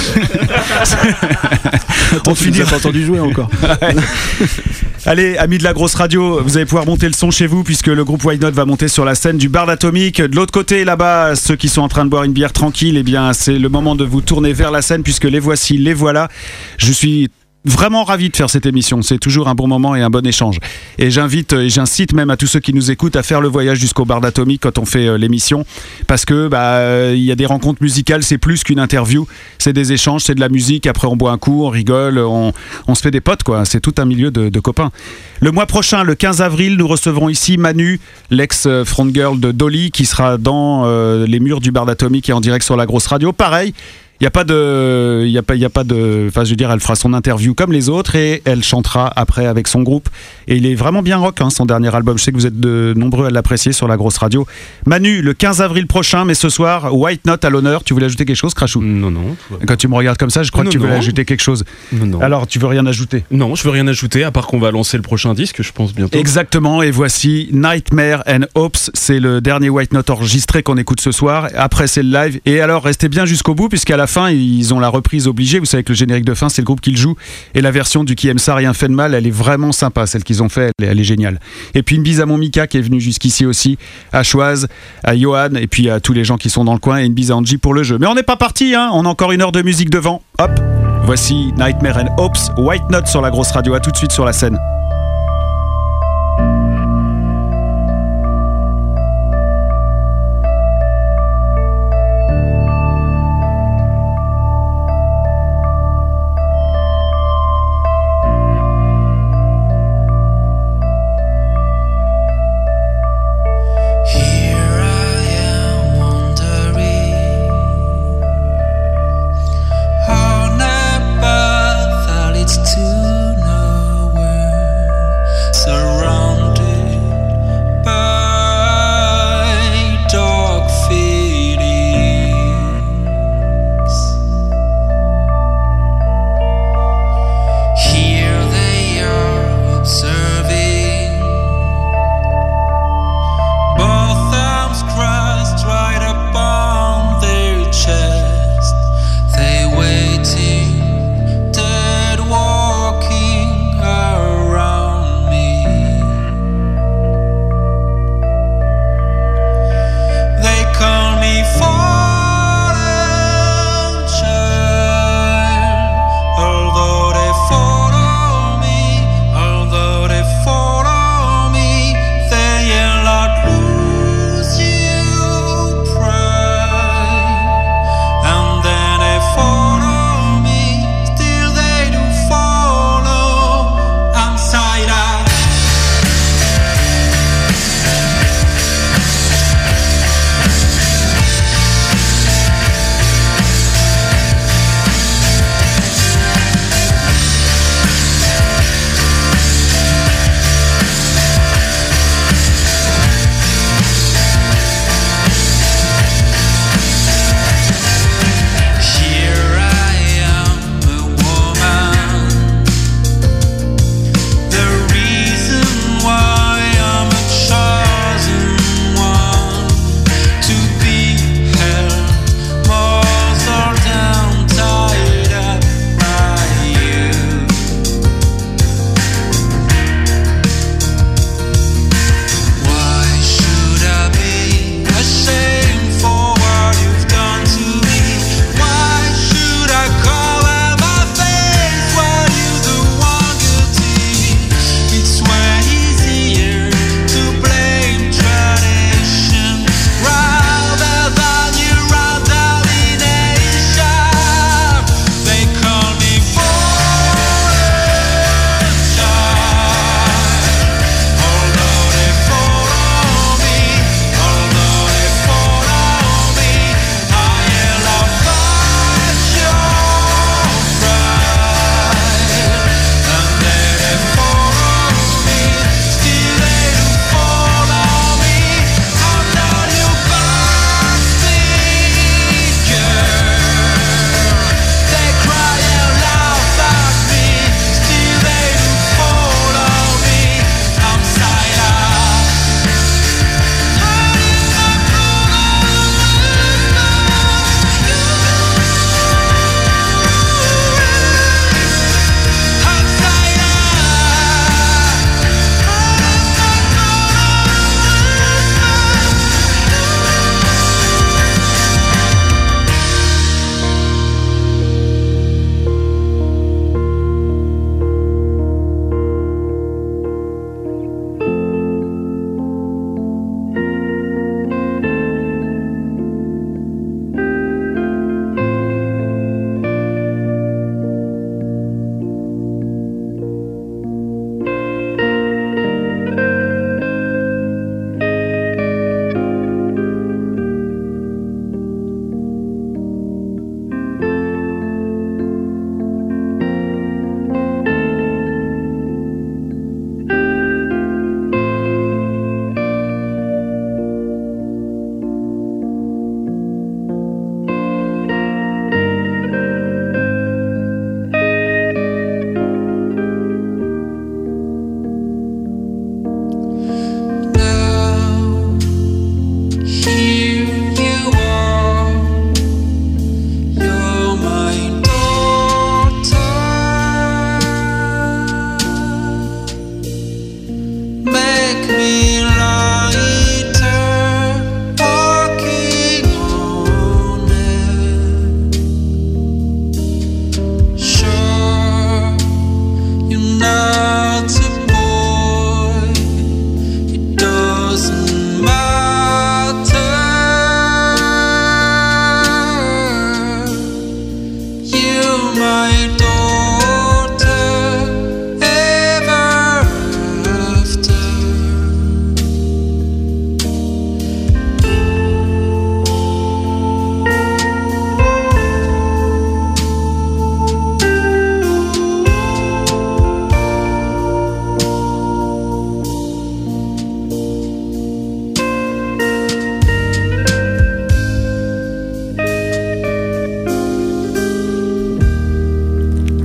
On finit. Vous avez pas entendu jouer encore. Ouais. Allez, amis de la grosse radio, vous allez pouvoir monter le son chez vous, puisque le groupe White Note va monter sur la scène du Bar d'Atomique. De l'autre côté, là-bas, ceux qui sont en train de boire une bière tranquille, eh bien, c'est le moment de vous tourner vers la scène, puisque les voici, les voilà. Je suis vraiment ravi de faire cette émission, c'est toujours un bon moment et un bon échange. Et j'invite et j'incite même à tous ceux qui nous écoutent à faire le voyage jusqu'au Bar d'Atomique quand on fait euh, l'émission, parce que bah euh, il y a des rencontres musicales, c'est plus qu'une interview, c'est des échanges, c'est de la musique, après on boit un coup, on rigole, on, on se fait des potes quoi, c'est tout un milieu de, de copains. Le mois prochain, le quinze avril, nous recevrons ici Manu, l'ex front girl de Dolly, qui sera dans euh, les murs du Bar d'Atomique et en direct sur la grosse radio. Pareil, il y a pas de il y a pas il y a pas de enfin je veux dire, elle fera son interview comme les autres et elle chantera après avec son groupe, et il est vraiment bien rock hein, son dernier album. Je sais que vous êtes de nombreux à l'apprécier sur la grosse radio. Manu, le quinze avril prochain, mais ce soir White Note à l'honneur. Tu voulais ajouter quelque chose, Crachou? Non, non. Quand tu me regardes comme ça, je crois Non, que tu non. voulais ajouter quelque chose. Non, non. Alors, tu veux rien ajouter? Non, je veux rien ajouter, à part qu'on va lancer le prochain disque, je pense bientôt. Exactement, et voici Nightmare and Hopes, c'est le dernier White Note enregistré qu'on écoute ce soir. Après, c'est le live. Et alors, restez bien jusqu'au bout, puisqu'à la fin, ils ont la reprise obligée. Vous savez que le générique de fin, c'est le groupe qui le joue. Et la version du Qui aime ça, rien fait de mal, elle est vraiment sympa. Celle qu'ils ont fait, elle est, elle est géniale. Et puis une bise à mon Mika qui est venu jusqu'ici aussi, à Choise, à Johan, et puis à tous les gens qui sont dans le coin, et une bise à Angie pour le jeu. Mais on n'est pas parti, hein, on a encore une heure de musique devant. Hop, voici Nightmare and Hopes, White Note sur la grosse radio. À tout de suite sur la scène. Here I am wondering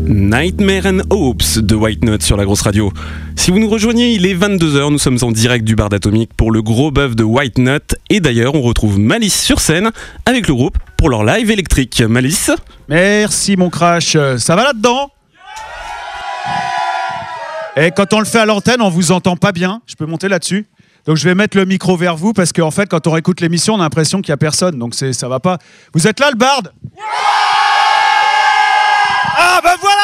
Nightmare and Hopes de White Note sur la grosse radio. Si vous nous rejoignez, il est vingt-deux heures, nous sommes en direct du bar d'Atomique pour le gros bœuf de White Note. Et d'ailleurs, on retrouve Malice sur scène avec le groupe pour leur live électrique. Malice ? Merci mon crash, ça va là-dedans ? Et quand on le fait à l'antenne, on vous entend pas bien. Je peux monter là-dessus ? Donc je vais mettre le micro vers vous parce qu'en fait, quand on écoute l'émission, on a l'impression qu'il n'y a personne. Donc c'est, ça va pas. Vous êtes là, le barde ? Ah ben voilà!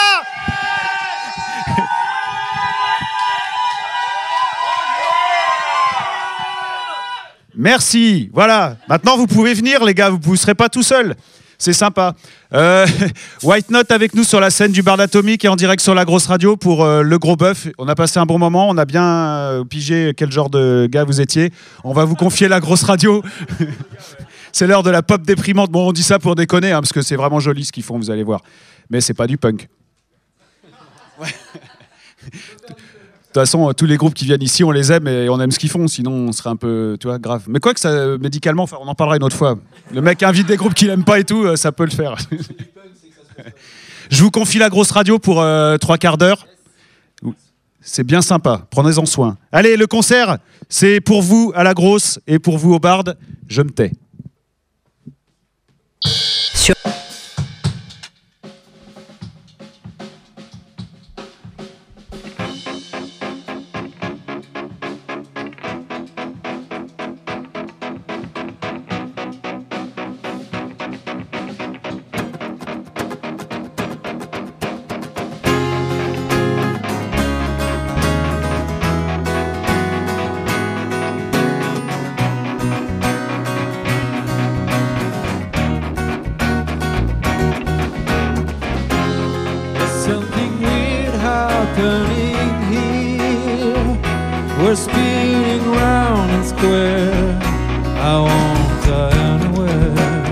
Merci. Voilà. Maintenant, vous pouvez venir, les gars. Vous ne serez pas tout seul. C'est sympa. Euh, White Note avec nous sur la scène du bar d'Atomique et en direct sur la grosse radio pour euh, le gros bœuf. On a passé un bon moment. On a bien euh, pigé quel genre de gars vous étiez. On va vous confier la grosse radio. C'est l'heure de la pop déprimante. Bon, on dit ça pour déconner, hein, parce que c'est vraiment joli ce qu'ils font, vous allez voir. Mais c'est pas du punk. Ouais. De toute façon, tous les groupes qui viennent ici, on les aime et on aime ce qu'ils font, sinon on serait un peu, tu vois, grave. Mais quoi que ça, médicalement, enfin, on en parlera une autre fois. Le mec invite des groupes qu'il aime pas et tout, ça peut le faire. Je vous confie la grosse radio pour euh, trois quarts d'heure. C'est bien sympa, prenez-en soin. Allez, le concert, c'est pour vous à la grosse et pour vous au barde. Je me tais. Sur We're speeding round and square. I won't die anywhere.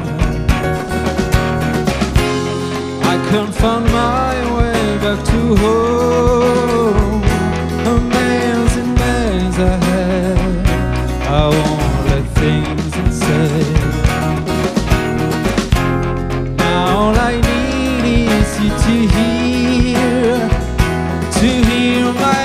I can't find my way back to home. A man's in man's ahead. I won't let things inside. Now all I need is you to hear, to hear my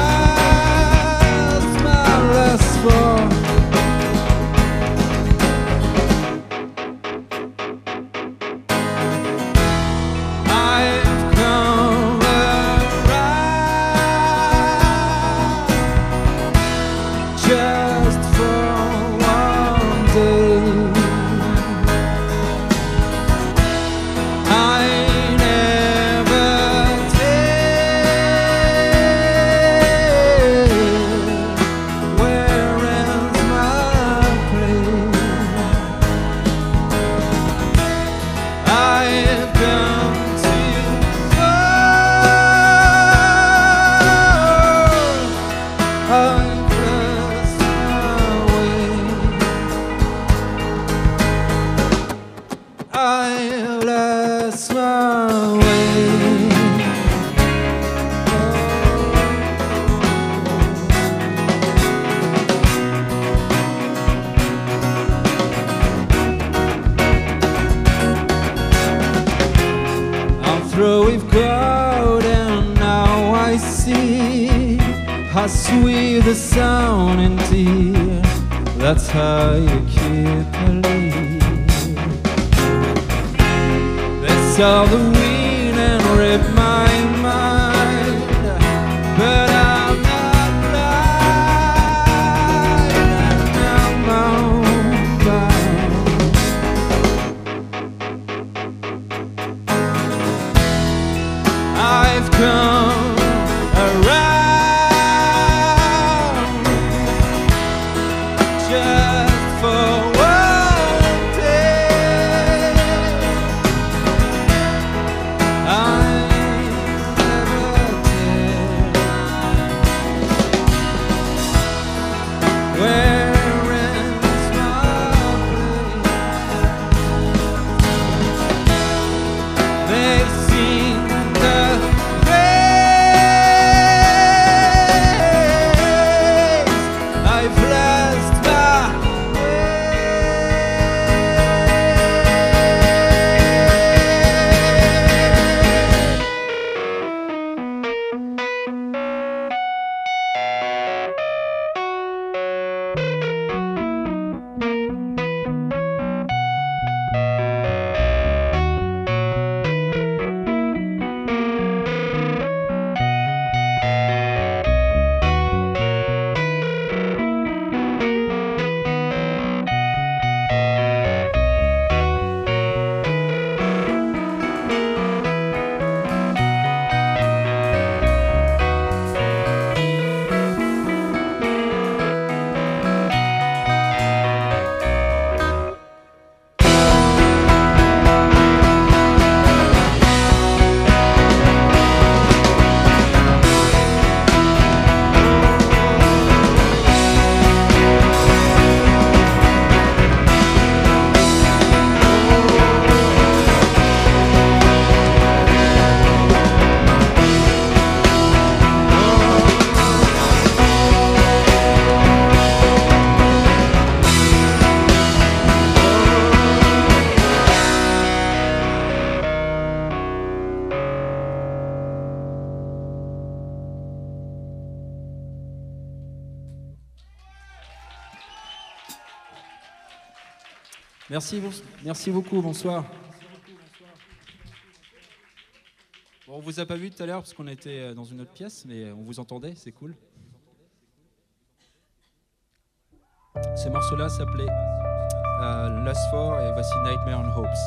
sweet the sound indeed. That's how you keep believe. They saw the wind and ripped my mind, but I'm not blind, and I'm not blind. I've come around Merci, merci beaucoup, bonsoir. Bon, on vous a pas vu tout à l'heure parce qu'on était dans une autre pièce, mais on vous entendait, c'est cool. Ce morceau-là s'appelait euh, Lust for et voici Nightmare on Hopes.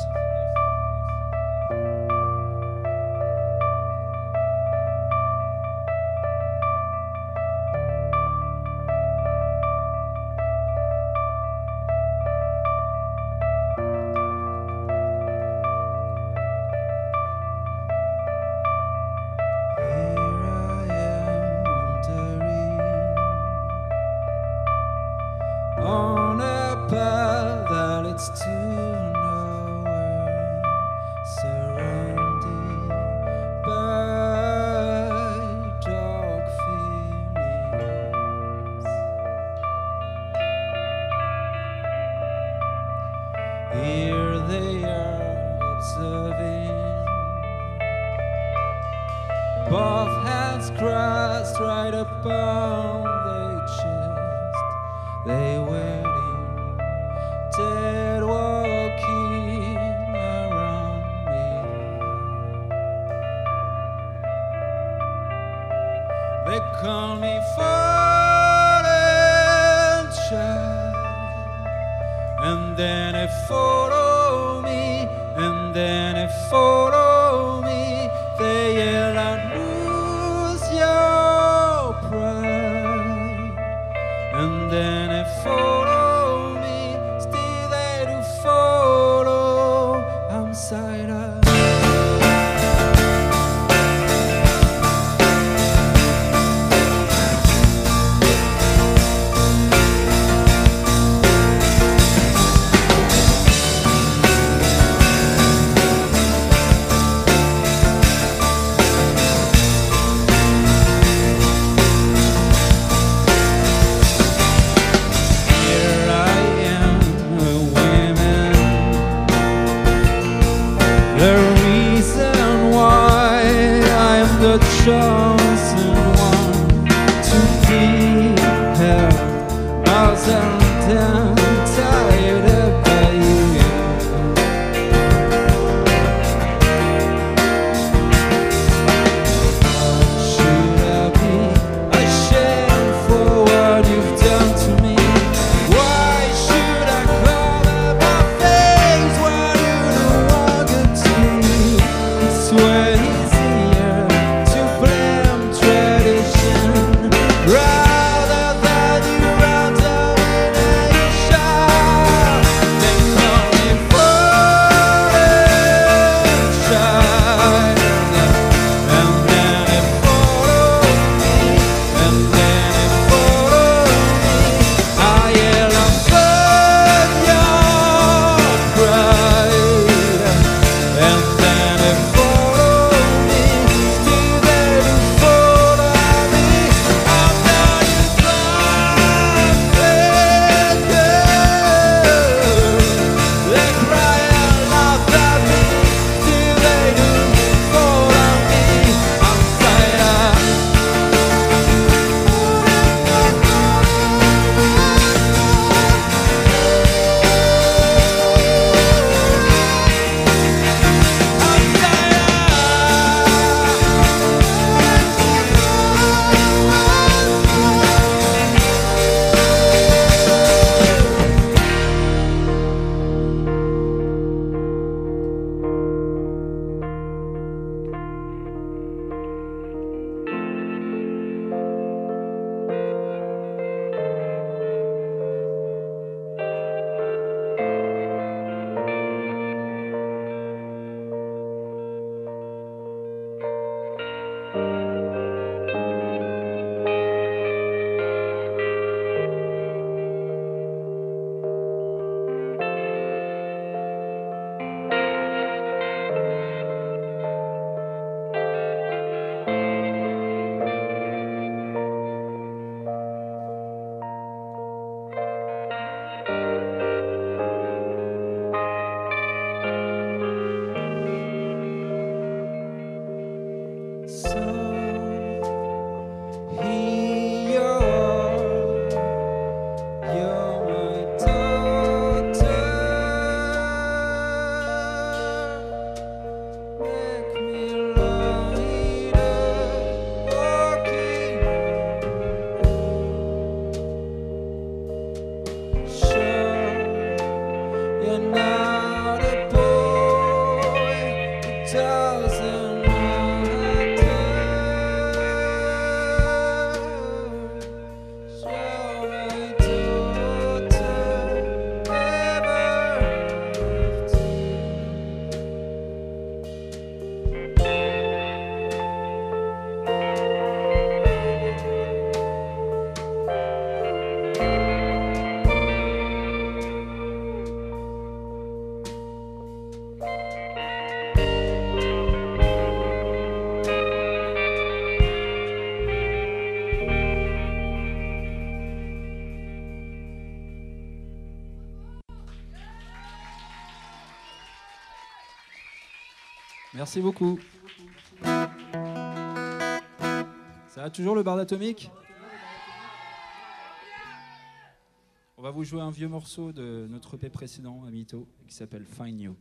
On a path that leads to nowhere, surrounded by dark feelings. Here they are observing, both hands crossed right upon their chest. They waiting, dead walking around me. They call me fallen child, and then they follow me, and then they follow me. They yell out, lose your pride, and then they follow me, still they do follow. I'm silent. Chosen one to be held, thousand and tired by you. Should I be ashamed for what you've done to me? Why should I cover my face while you don't want good to me? It's way easier to blame tradition rather than you run domination. They call me foreign child, and then they follow me, and then they follow me. I yell and burn your pride, and then they follow me, still they do follow me. I'm not your perfect girl. They cry and laugh at me, still they do follow me. I'm tired. So Doesn't Merci beaucoup. Ça va toujours le bar d'Atomique ? On va vous jouer un vieux morceau de notre E P précédent, Amito, qui s'appelle Find You.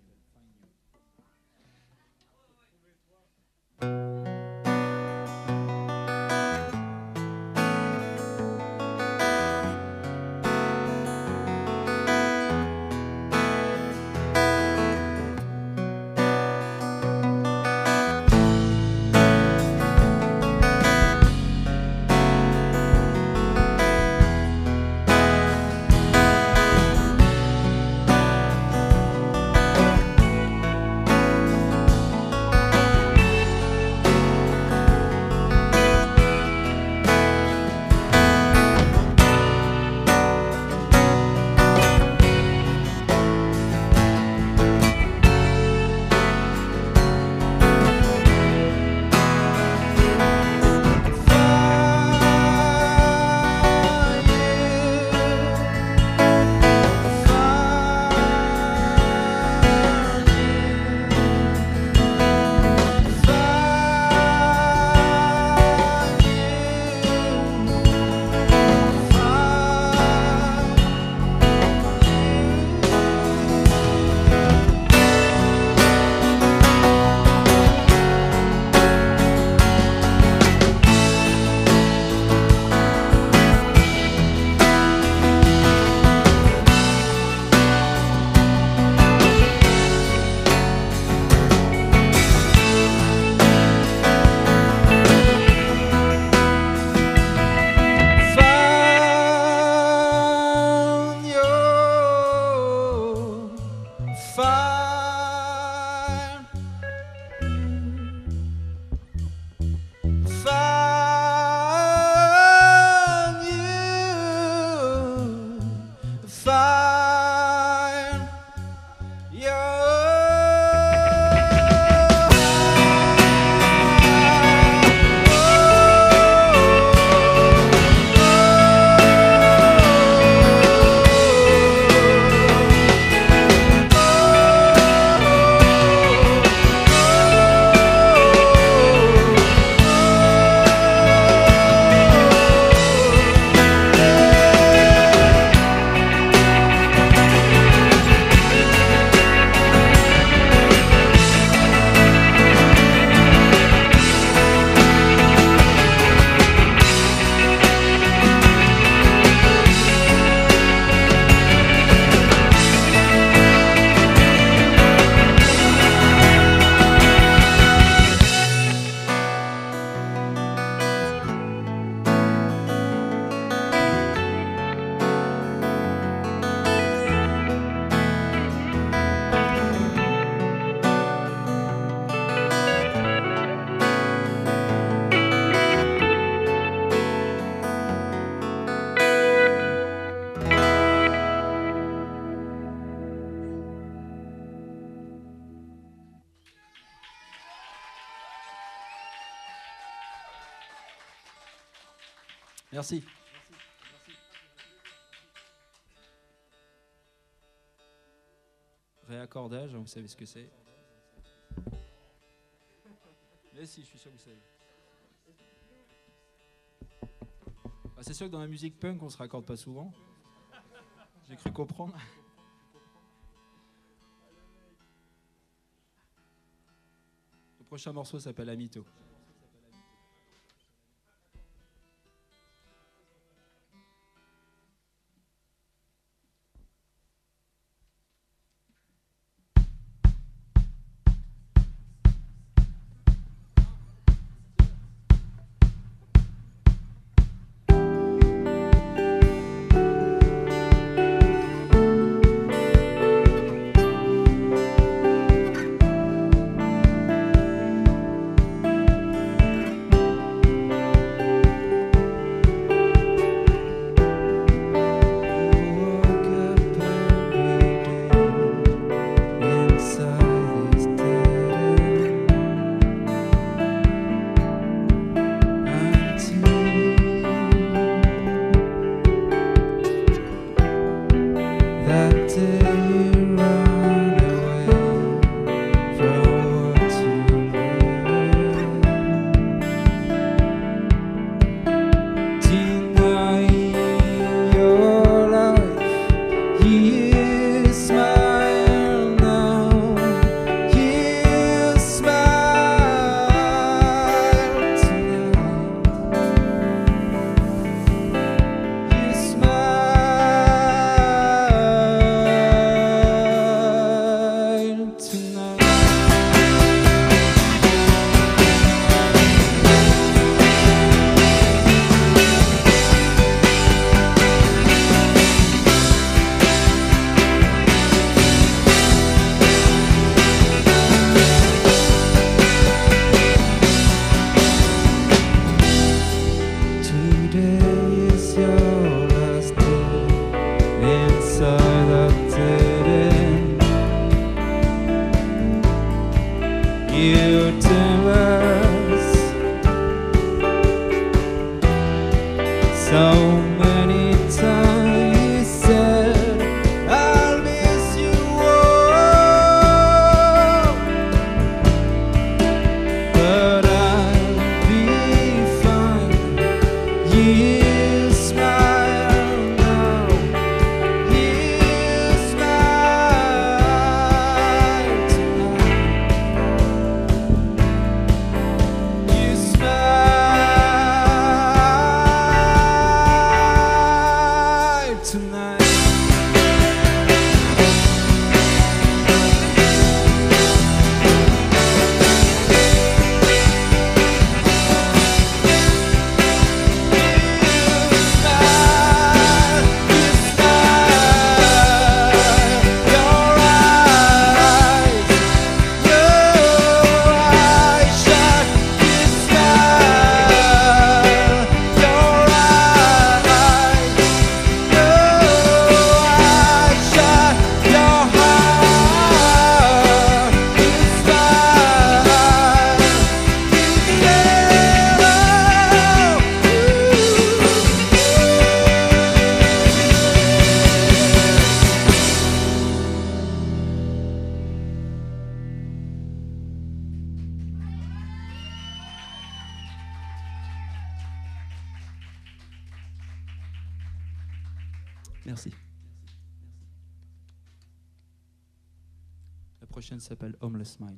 Merci. Réaccordage, vous savez ce que c'est. Mais si, je suis sûr que vous savez. Ah, c'est sûr que dans la musique punk, on se raccorde pas souvent. J'ai cru comprendre. Le prochain morceau s'appelle Amito. your timbers. So many times you said I'll miss you all, but I'll be fine. You smile now, you smile tonight. You smile tonight. Merci. La prochaine s'appelle Homeless Mind.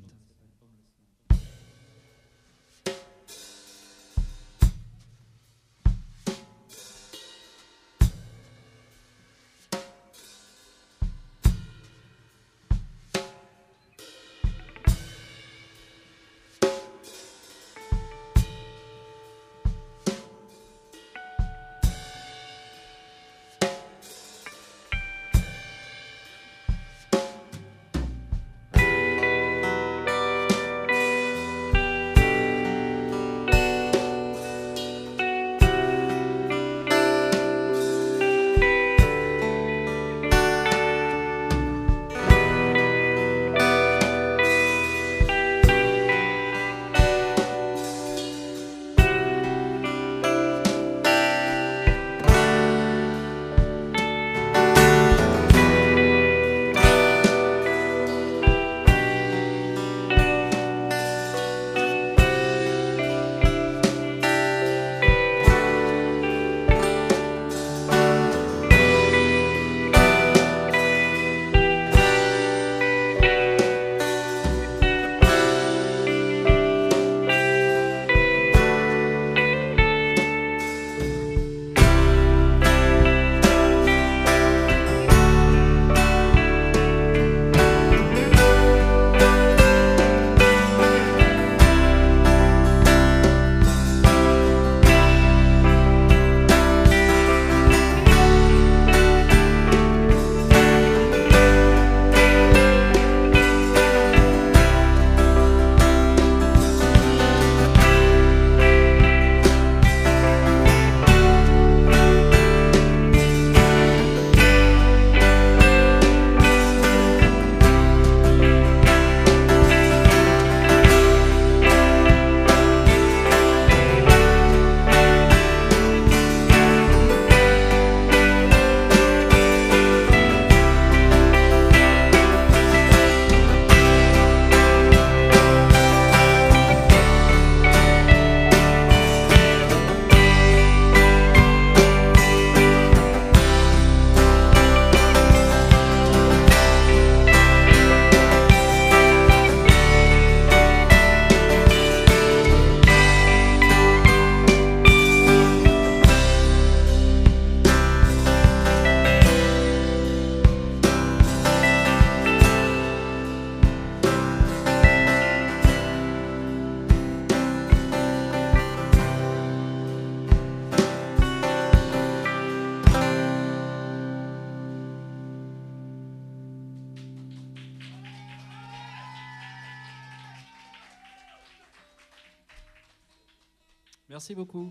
Merci beaucoup.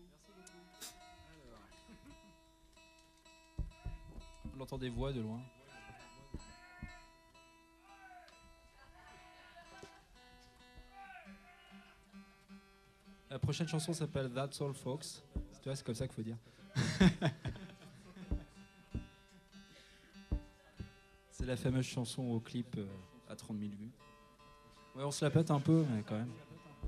On entend des voix de loin. La prochaine chanson s'appelle That's All Folks. Tu vois, c'est comme ça qu'il faut dire. C'est la fameuse chanson au clip euh, à trente mille vues. Ouais, on se la pète un peu, mais quand même.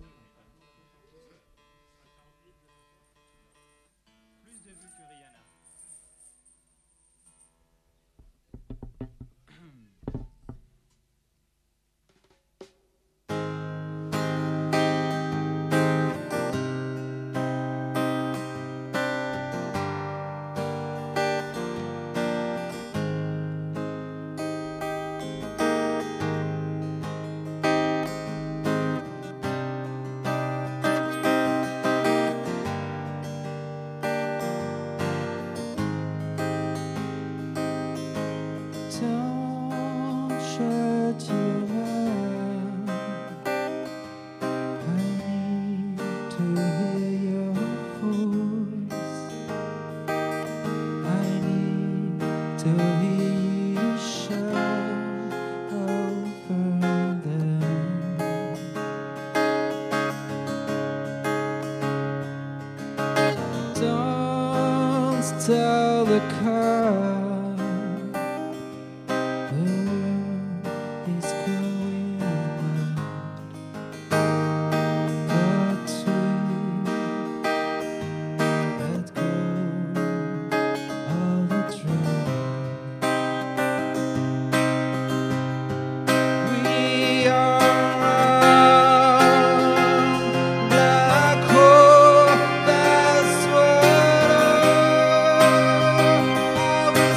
Don't shut your mouth. I need to hear your voice. I need to hear you shout over them. Don't tell the car. Black hole, that's what I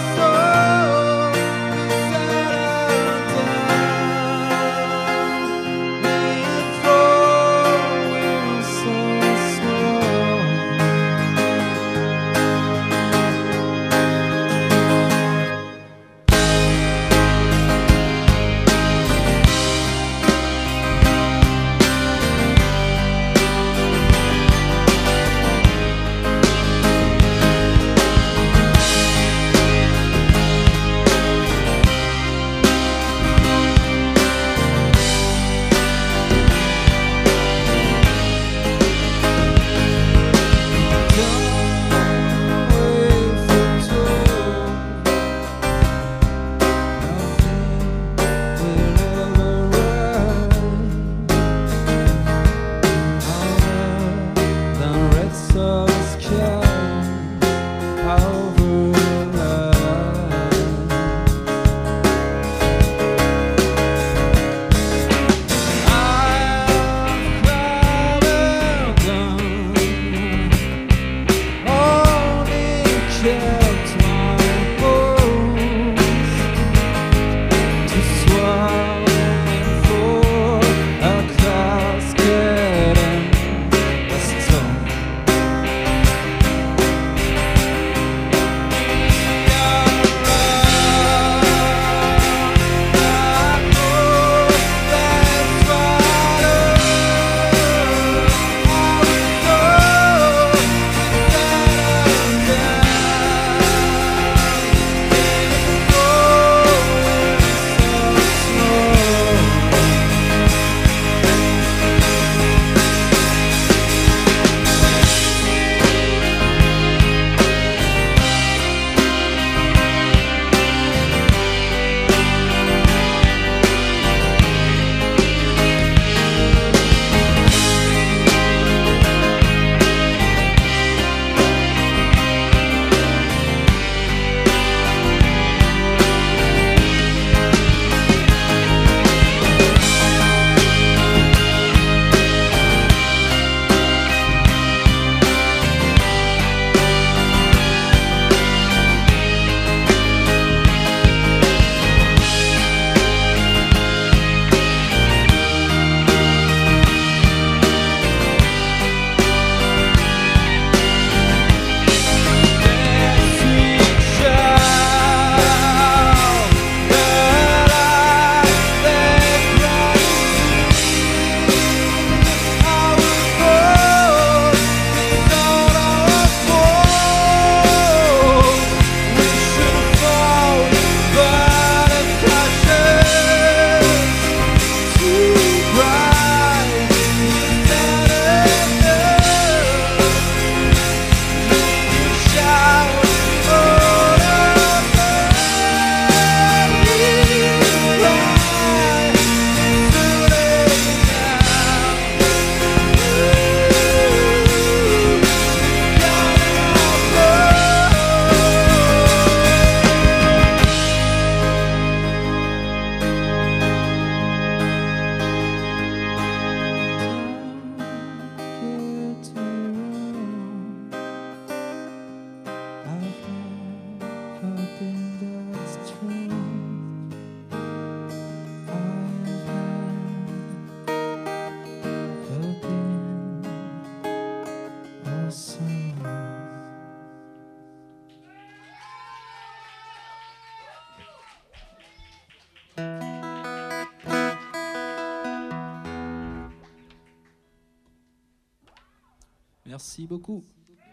Merci beaucoup.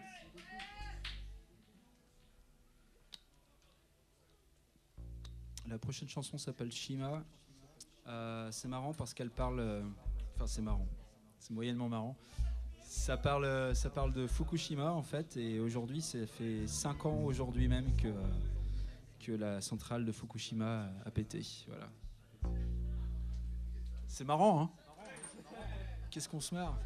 La prochaine chanson s'appelle Shima. Euh, c'est marrant parce qu'elle parle... euh, Enfin, c'est marrant. C'est moyennement marrant. Ça parle, euh, ça parle de Fukushima, en fait. Et aujourd'hui, ça fait cinq ans aujourd'hui même que, euh, que la centrale de Fukushima a pété. Voilà. C'est marrant, hein? Qu'est-ce qu'on se marre?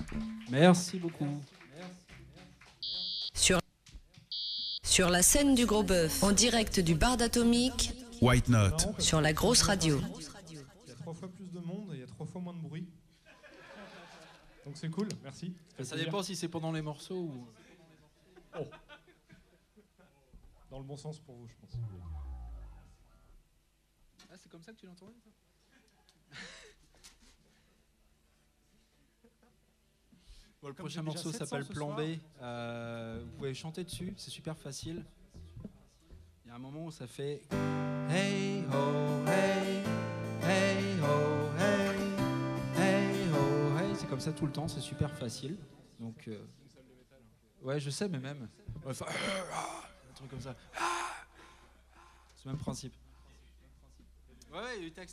Merci beaucoup. Sur, sur la scène du Gros Bœuf, en direct du bar d'Atomique, White Note. sur la grosse radio. Il y a trois fois plus de monde et il y a trois fois moins de bruit. Donc c'est cool, merci. Ça, ça dépend si c'est pendant les morceaux ou... Oh. Dans le bon sens pour vous, je pense. Ah, c'est comme ça que tu l'entendais, ça? Bon, le Comme prochain j'ai déjà morceau sept cents s'appelle ce Plan soir. B. Euh, vous pouvez chanter dessus, c'est super facile. Il y a un moment où ça fait Hey ho hey, hey ho hey, hey ho hey. C'est comme ça tout le temps, c'est super facile. Donc, euh, ouais, je sais, mais même. Ouais, enfin, un truc comme ça. C'est le même principe. Ouais, ouais, il y a eu texte.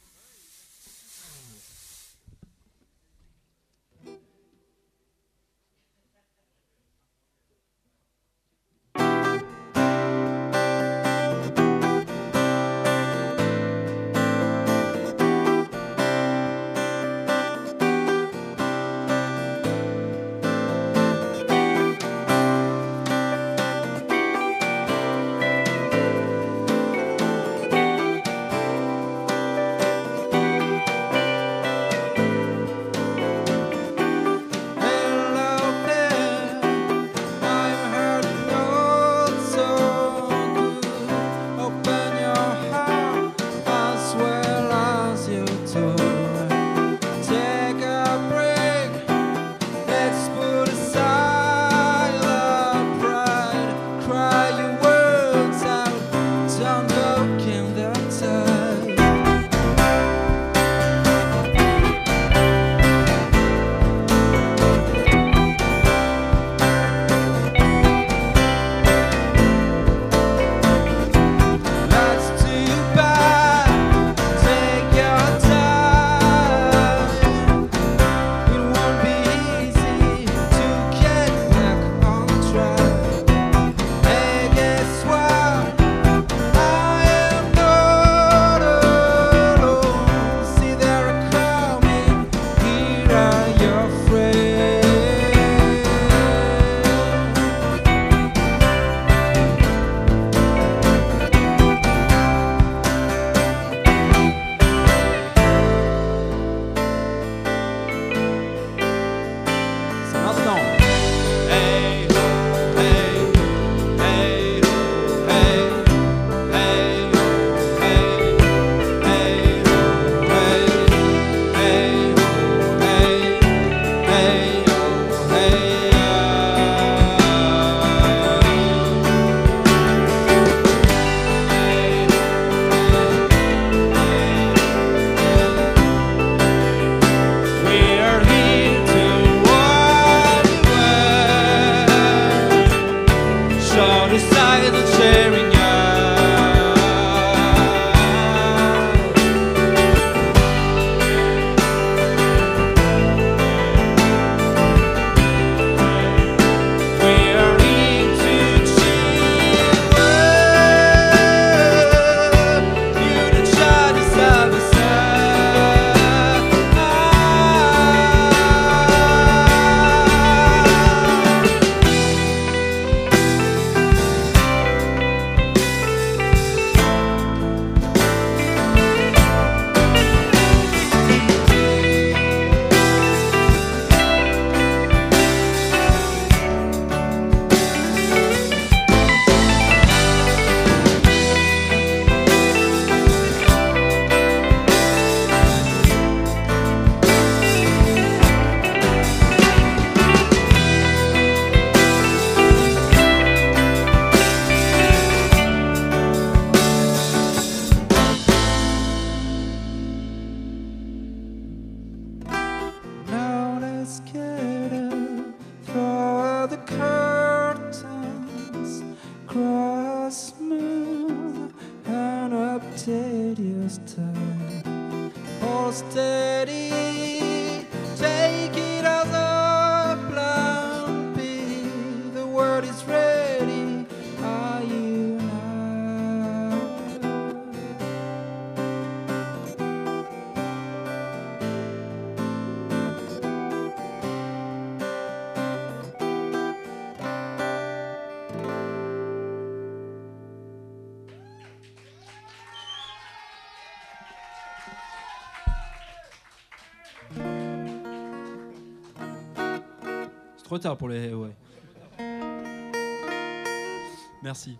steadiest time. Hold steady, take it as a plan B. The word is ready. Are you now? trop tard pour les ouais. Merci.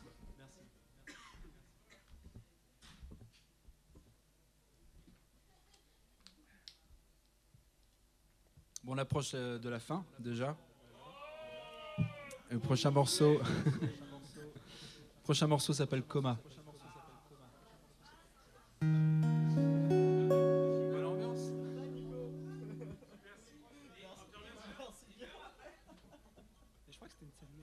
Bon, on approche euh, de la fin déjà. Le prochain morceau, le prochain morceau s'appelle Coma. Je crois que c'était une scène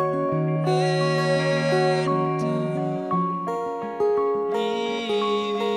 Leave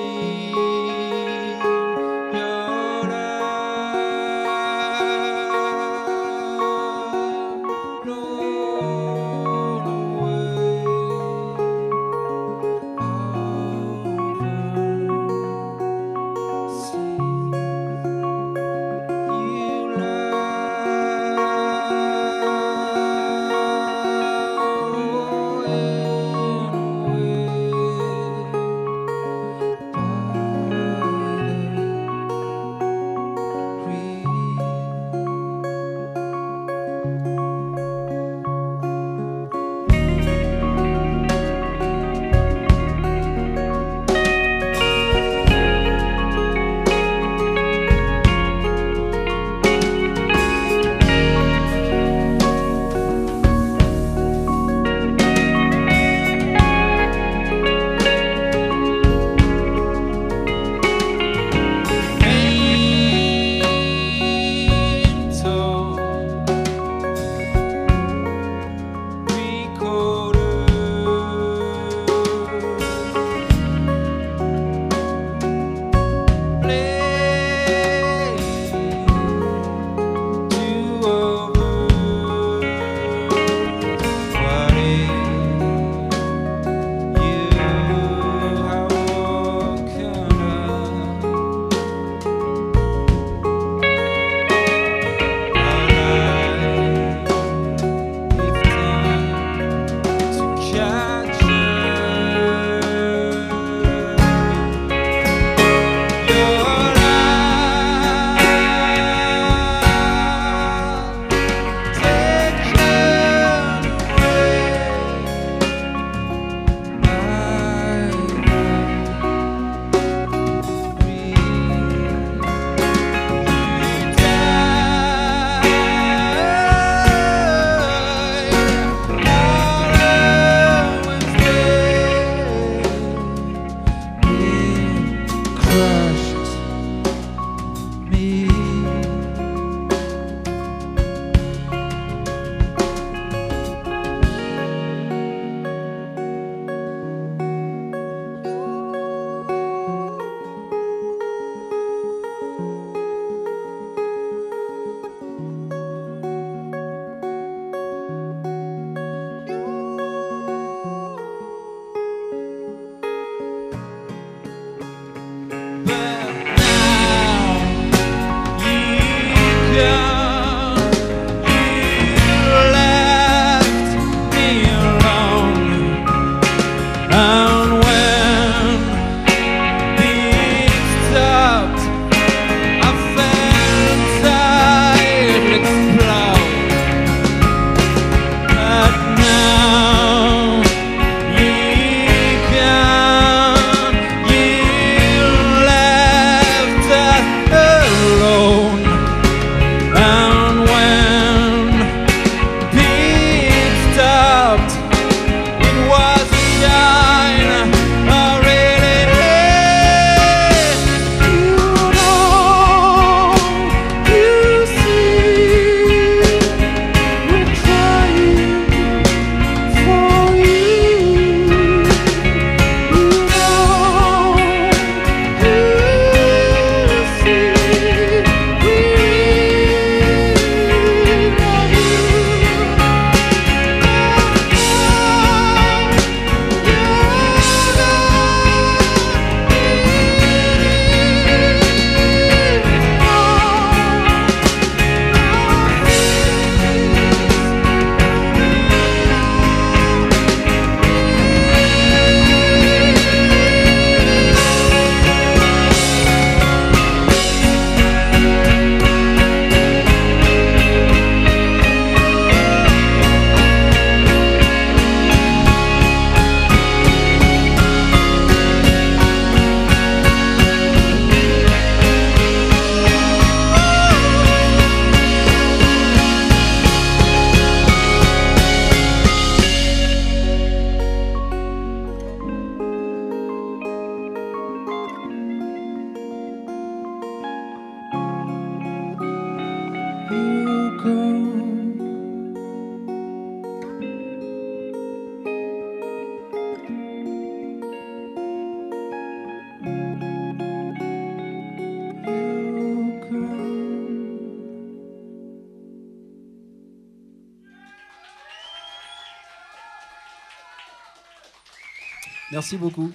Merci beaucoup.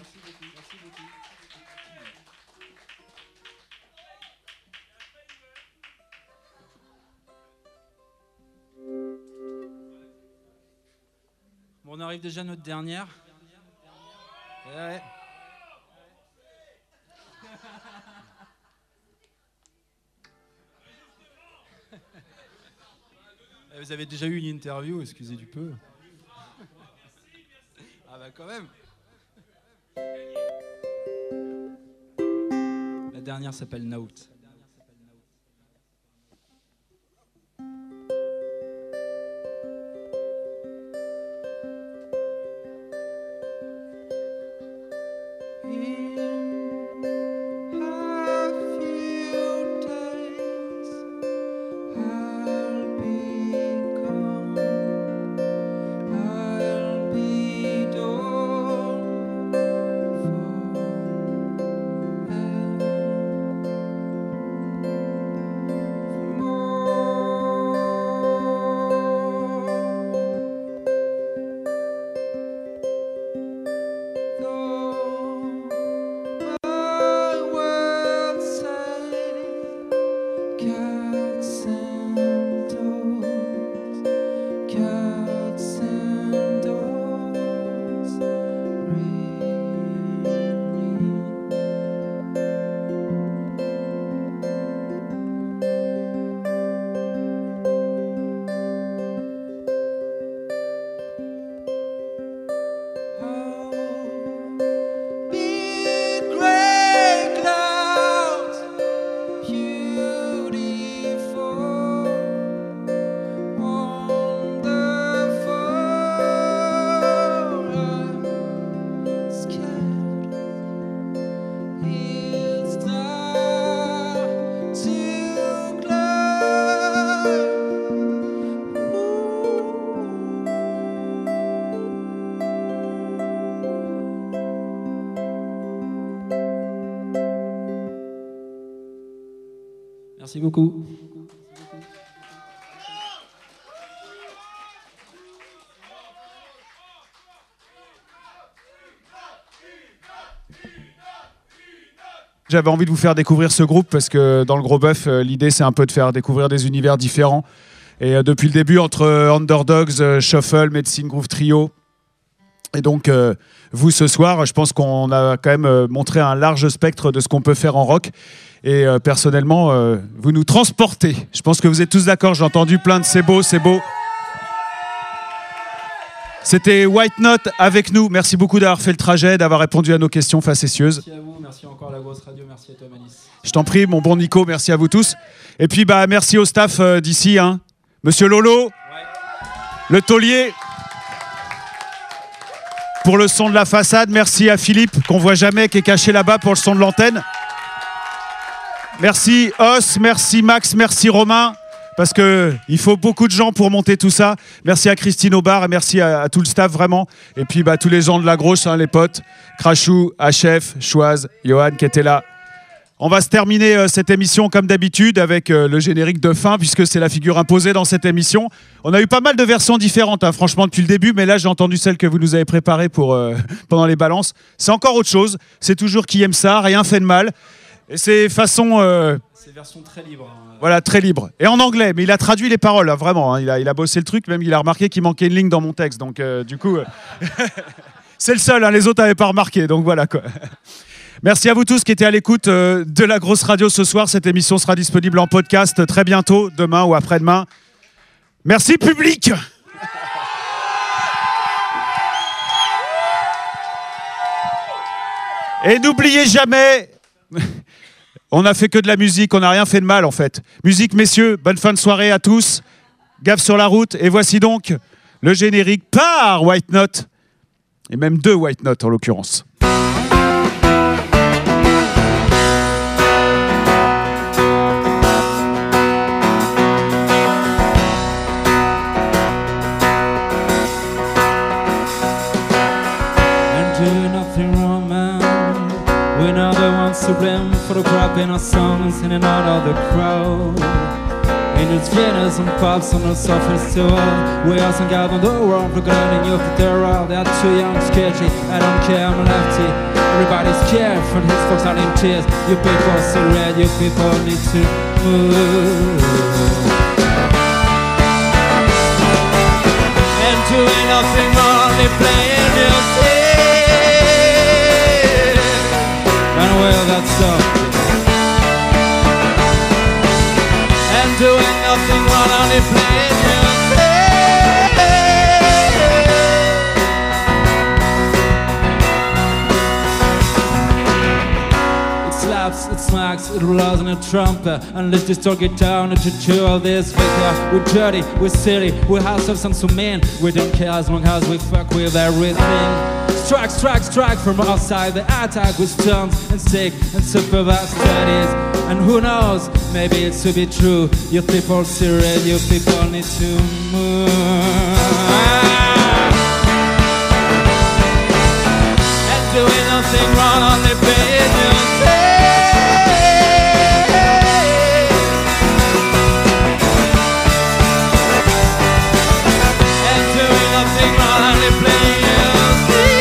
Bon, on arrive déjà à notre dernière. Ouais. Vous avez déjà eu une interview, excusez du peu. Ah bah quand même. La dernière s'appelle Note. Merci beaucoup. J'avais envie de vous faire découvrir ce groupe parce que dans le Gros Bœuf, euh, l'idée c'est un peu de faire découvrir des univers différents. Et euh, depuis le début, entre euh, Underdogs, euh, Shuffle, Medicine Groove Trio, et donc euh, vous ce soir, je pense qu'on a quand même euh, montré un large spectre de ce qu'on peut faire en rock. Et euh, personnellement, euh, vous nous transportez. Je pense que vous êtes tous d'accord, j'ai entendu plein de c'est beau, c'est beau. C'était White Note avec nous. Merci beaucoup d'avoir fait le trajet, d'avoir répondu à nos questions facétieuses. Merci à vous, merci encore à la Grosse Radio, merci à toi Malice. Je t'en prie, mon bon Nico, merci à vous tous. Et puis bah merci au staff euh, d'ici, hein. Monsieur Lolo, ouais. Le taulier, pour le son de la façade. Merci à Philippe, qu'on voit jamais, qui est caché là-bas pour le son de l'antenne. Merci Os, merci Max, merci Romain, parce qu'il faut beaucoup de gens pour monter tout ça. Merci à Christine Aubard et merci à, à tout le staff vraiment. Et puis bah, tous les gens de la grosse, hein, les potes, Crachou, H F, Chouaz, Johan qui étaient là. On va se terminer euh, cette émission comme d'habitude avec euh, le générique de fin, puisque c'est la figure imposée dans cette émission. On a eu pas mal de versions différentes, hein, franchement, depuis le début, mais là j'ai entendu celle que vous nous avez préparée pour, euh, pendant les balances. C'est encore autre chose, c'est toujours qui aime ça, rien fait de mal. Et c'est façon... Euh, c'est version très libre. Hein. Voilà, très libre. Et en anglais, mais il a traduit les paroles, hein, vraiment. Hein, il, a, il a bossé le truc, même il a remarqué qu'il manquait une ligne dans mon texte. Donc euh, du coup, euh, c'est le seul, hein, les autres n'avaient pas remarqué. Donc voilà quoi. Merci à vous tous qui étaient à l'écoute euh, de la Grosse Radio ce soir. Cette émission sera disponible en podcast très bientôt, demain ou après-demain. Merci public. Et n'oubliez jamais... On n'a fait que de la musique, on n'a rien fait de mal en fait. Musique, messieurs, bonne fin de soirée à tous. Gaffe sur la route. Et voici donc le générique par White Note. Et même deux White Note en l'occurrence. To blame for the crap in our songs and out of the crowd. In its fitness and pubs on the surface to all. We also got on the world for grinding you for terror. They are too young, sketchy, I don't care, I'm lefty. Everybody's scared from his folks out in tears. You people so red, you people need to move. And doing nothing wrong, they playing music. And well, that's all. And doing nothing wrong, only playing music. It slaps, it smacks, it rolls on a trumpet. And let's just talk it down into two of this figure. We're dirty, we're silly, we have substance so mean. We don't care as long as we fuck with everything. Strike, strike, strike from outside. The attack with stones and stick and supervised studies. And who knows, maybe it's to be true. You people see red, you people need to move. And doing nothing wrong, only paying you say. And doing nothing wrong, only playing you see.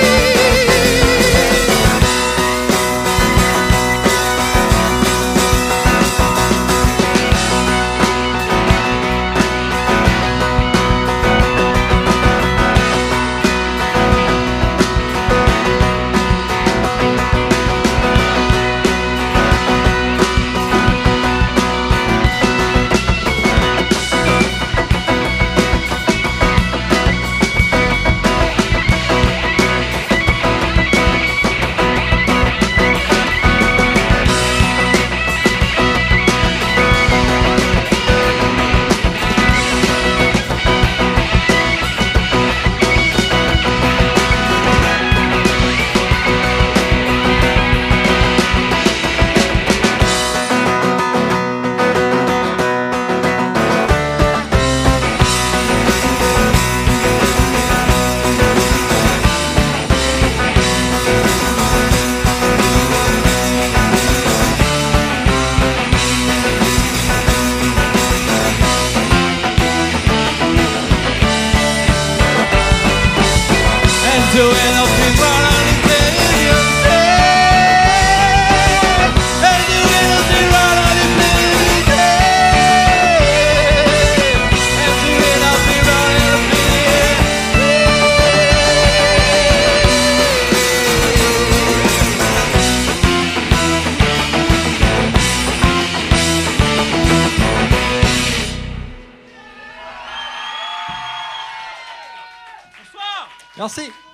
Doing nothing wrong, only playing you say. And doing nothing wrong, only playing you say. And doing nothing wrong, only playing you say. Merci.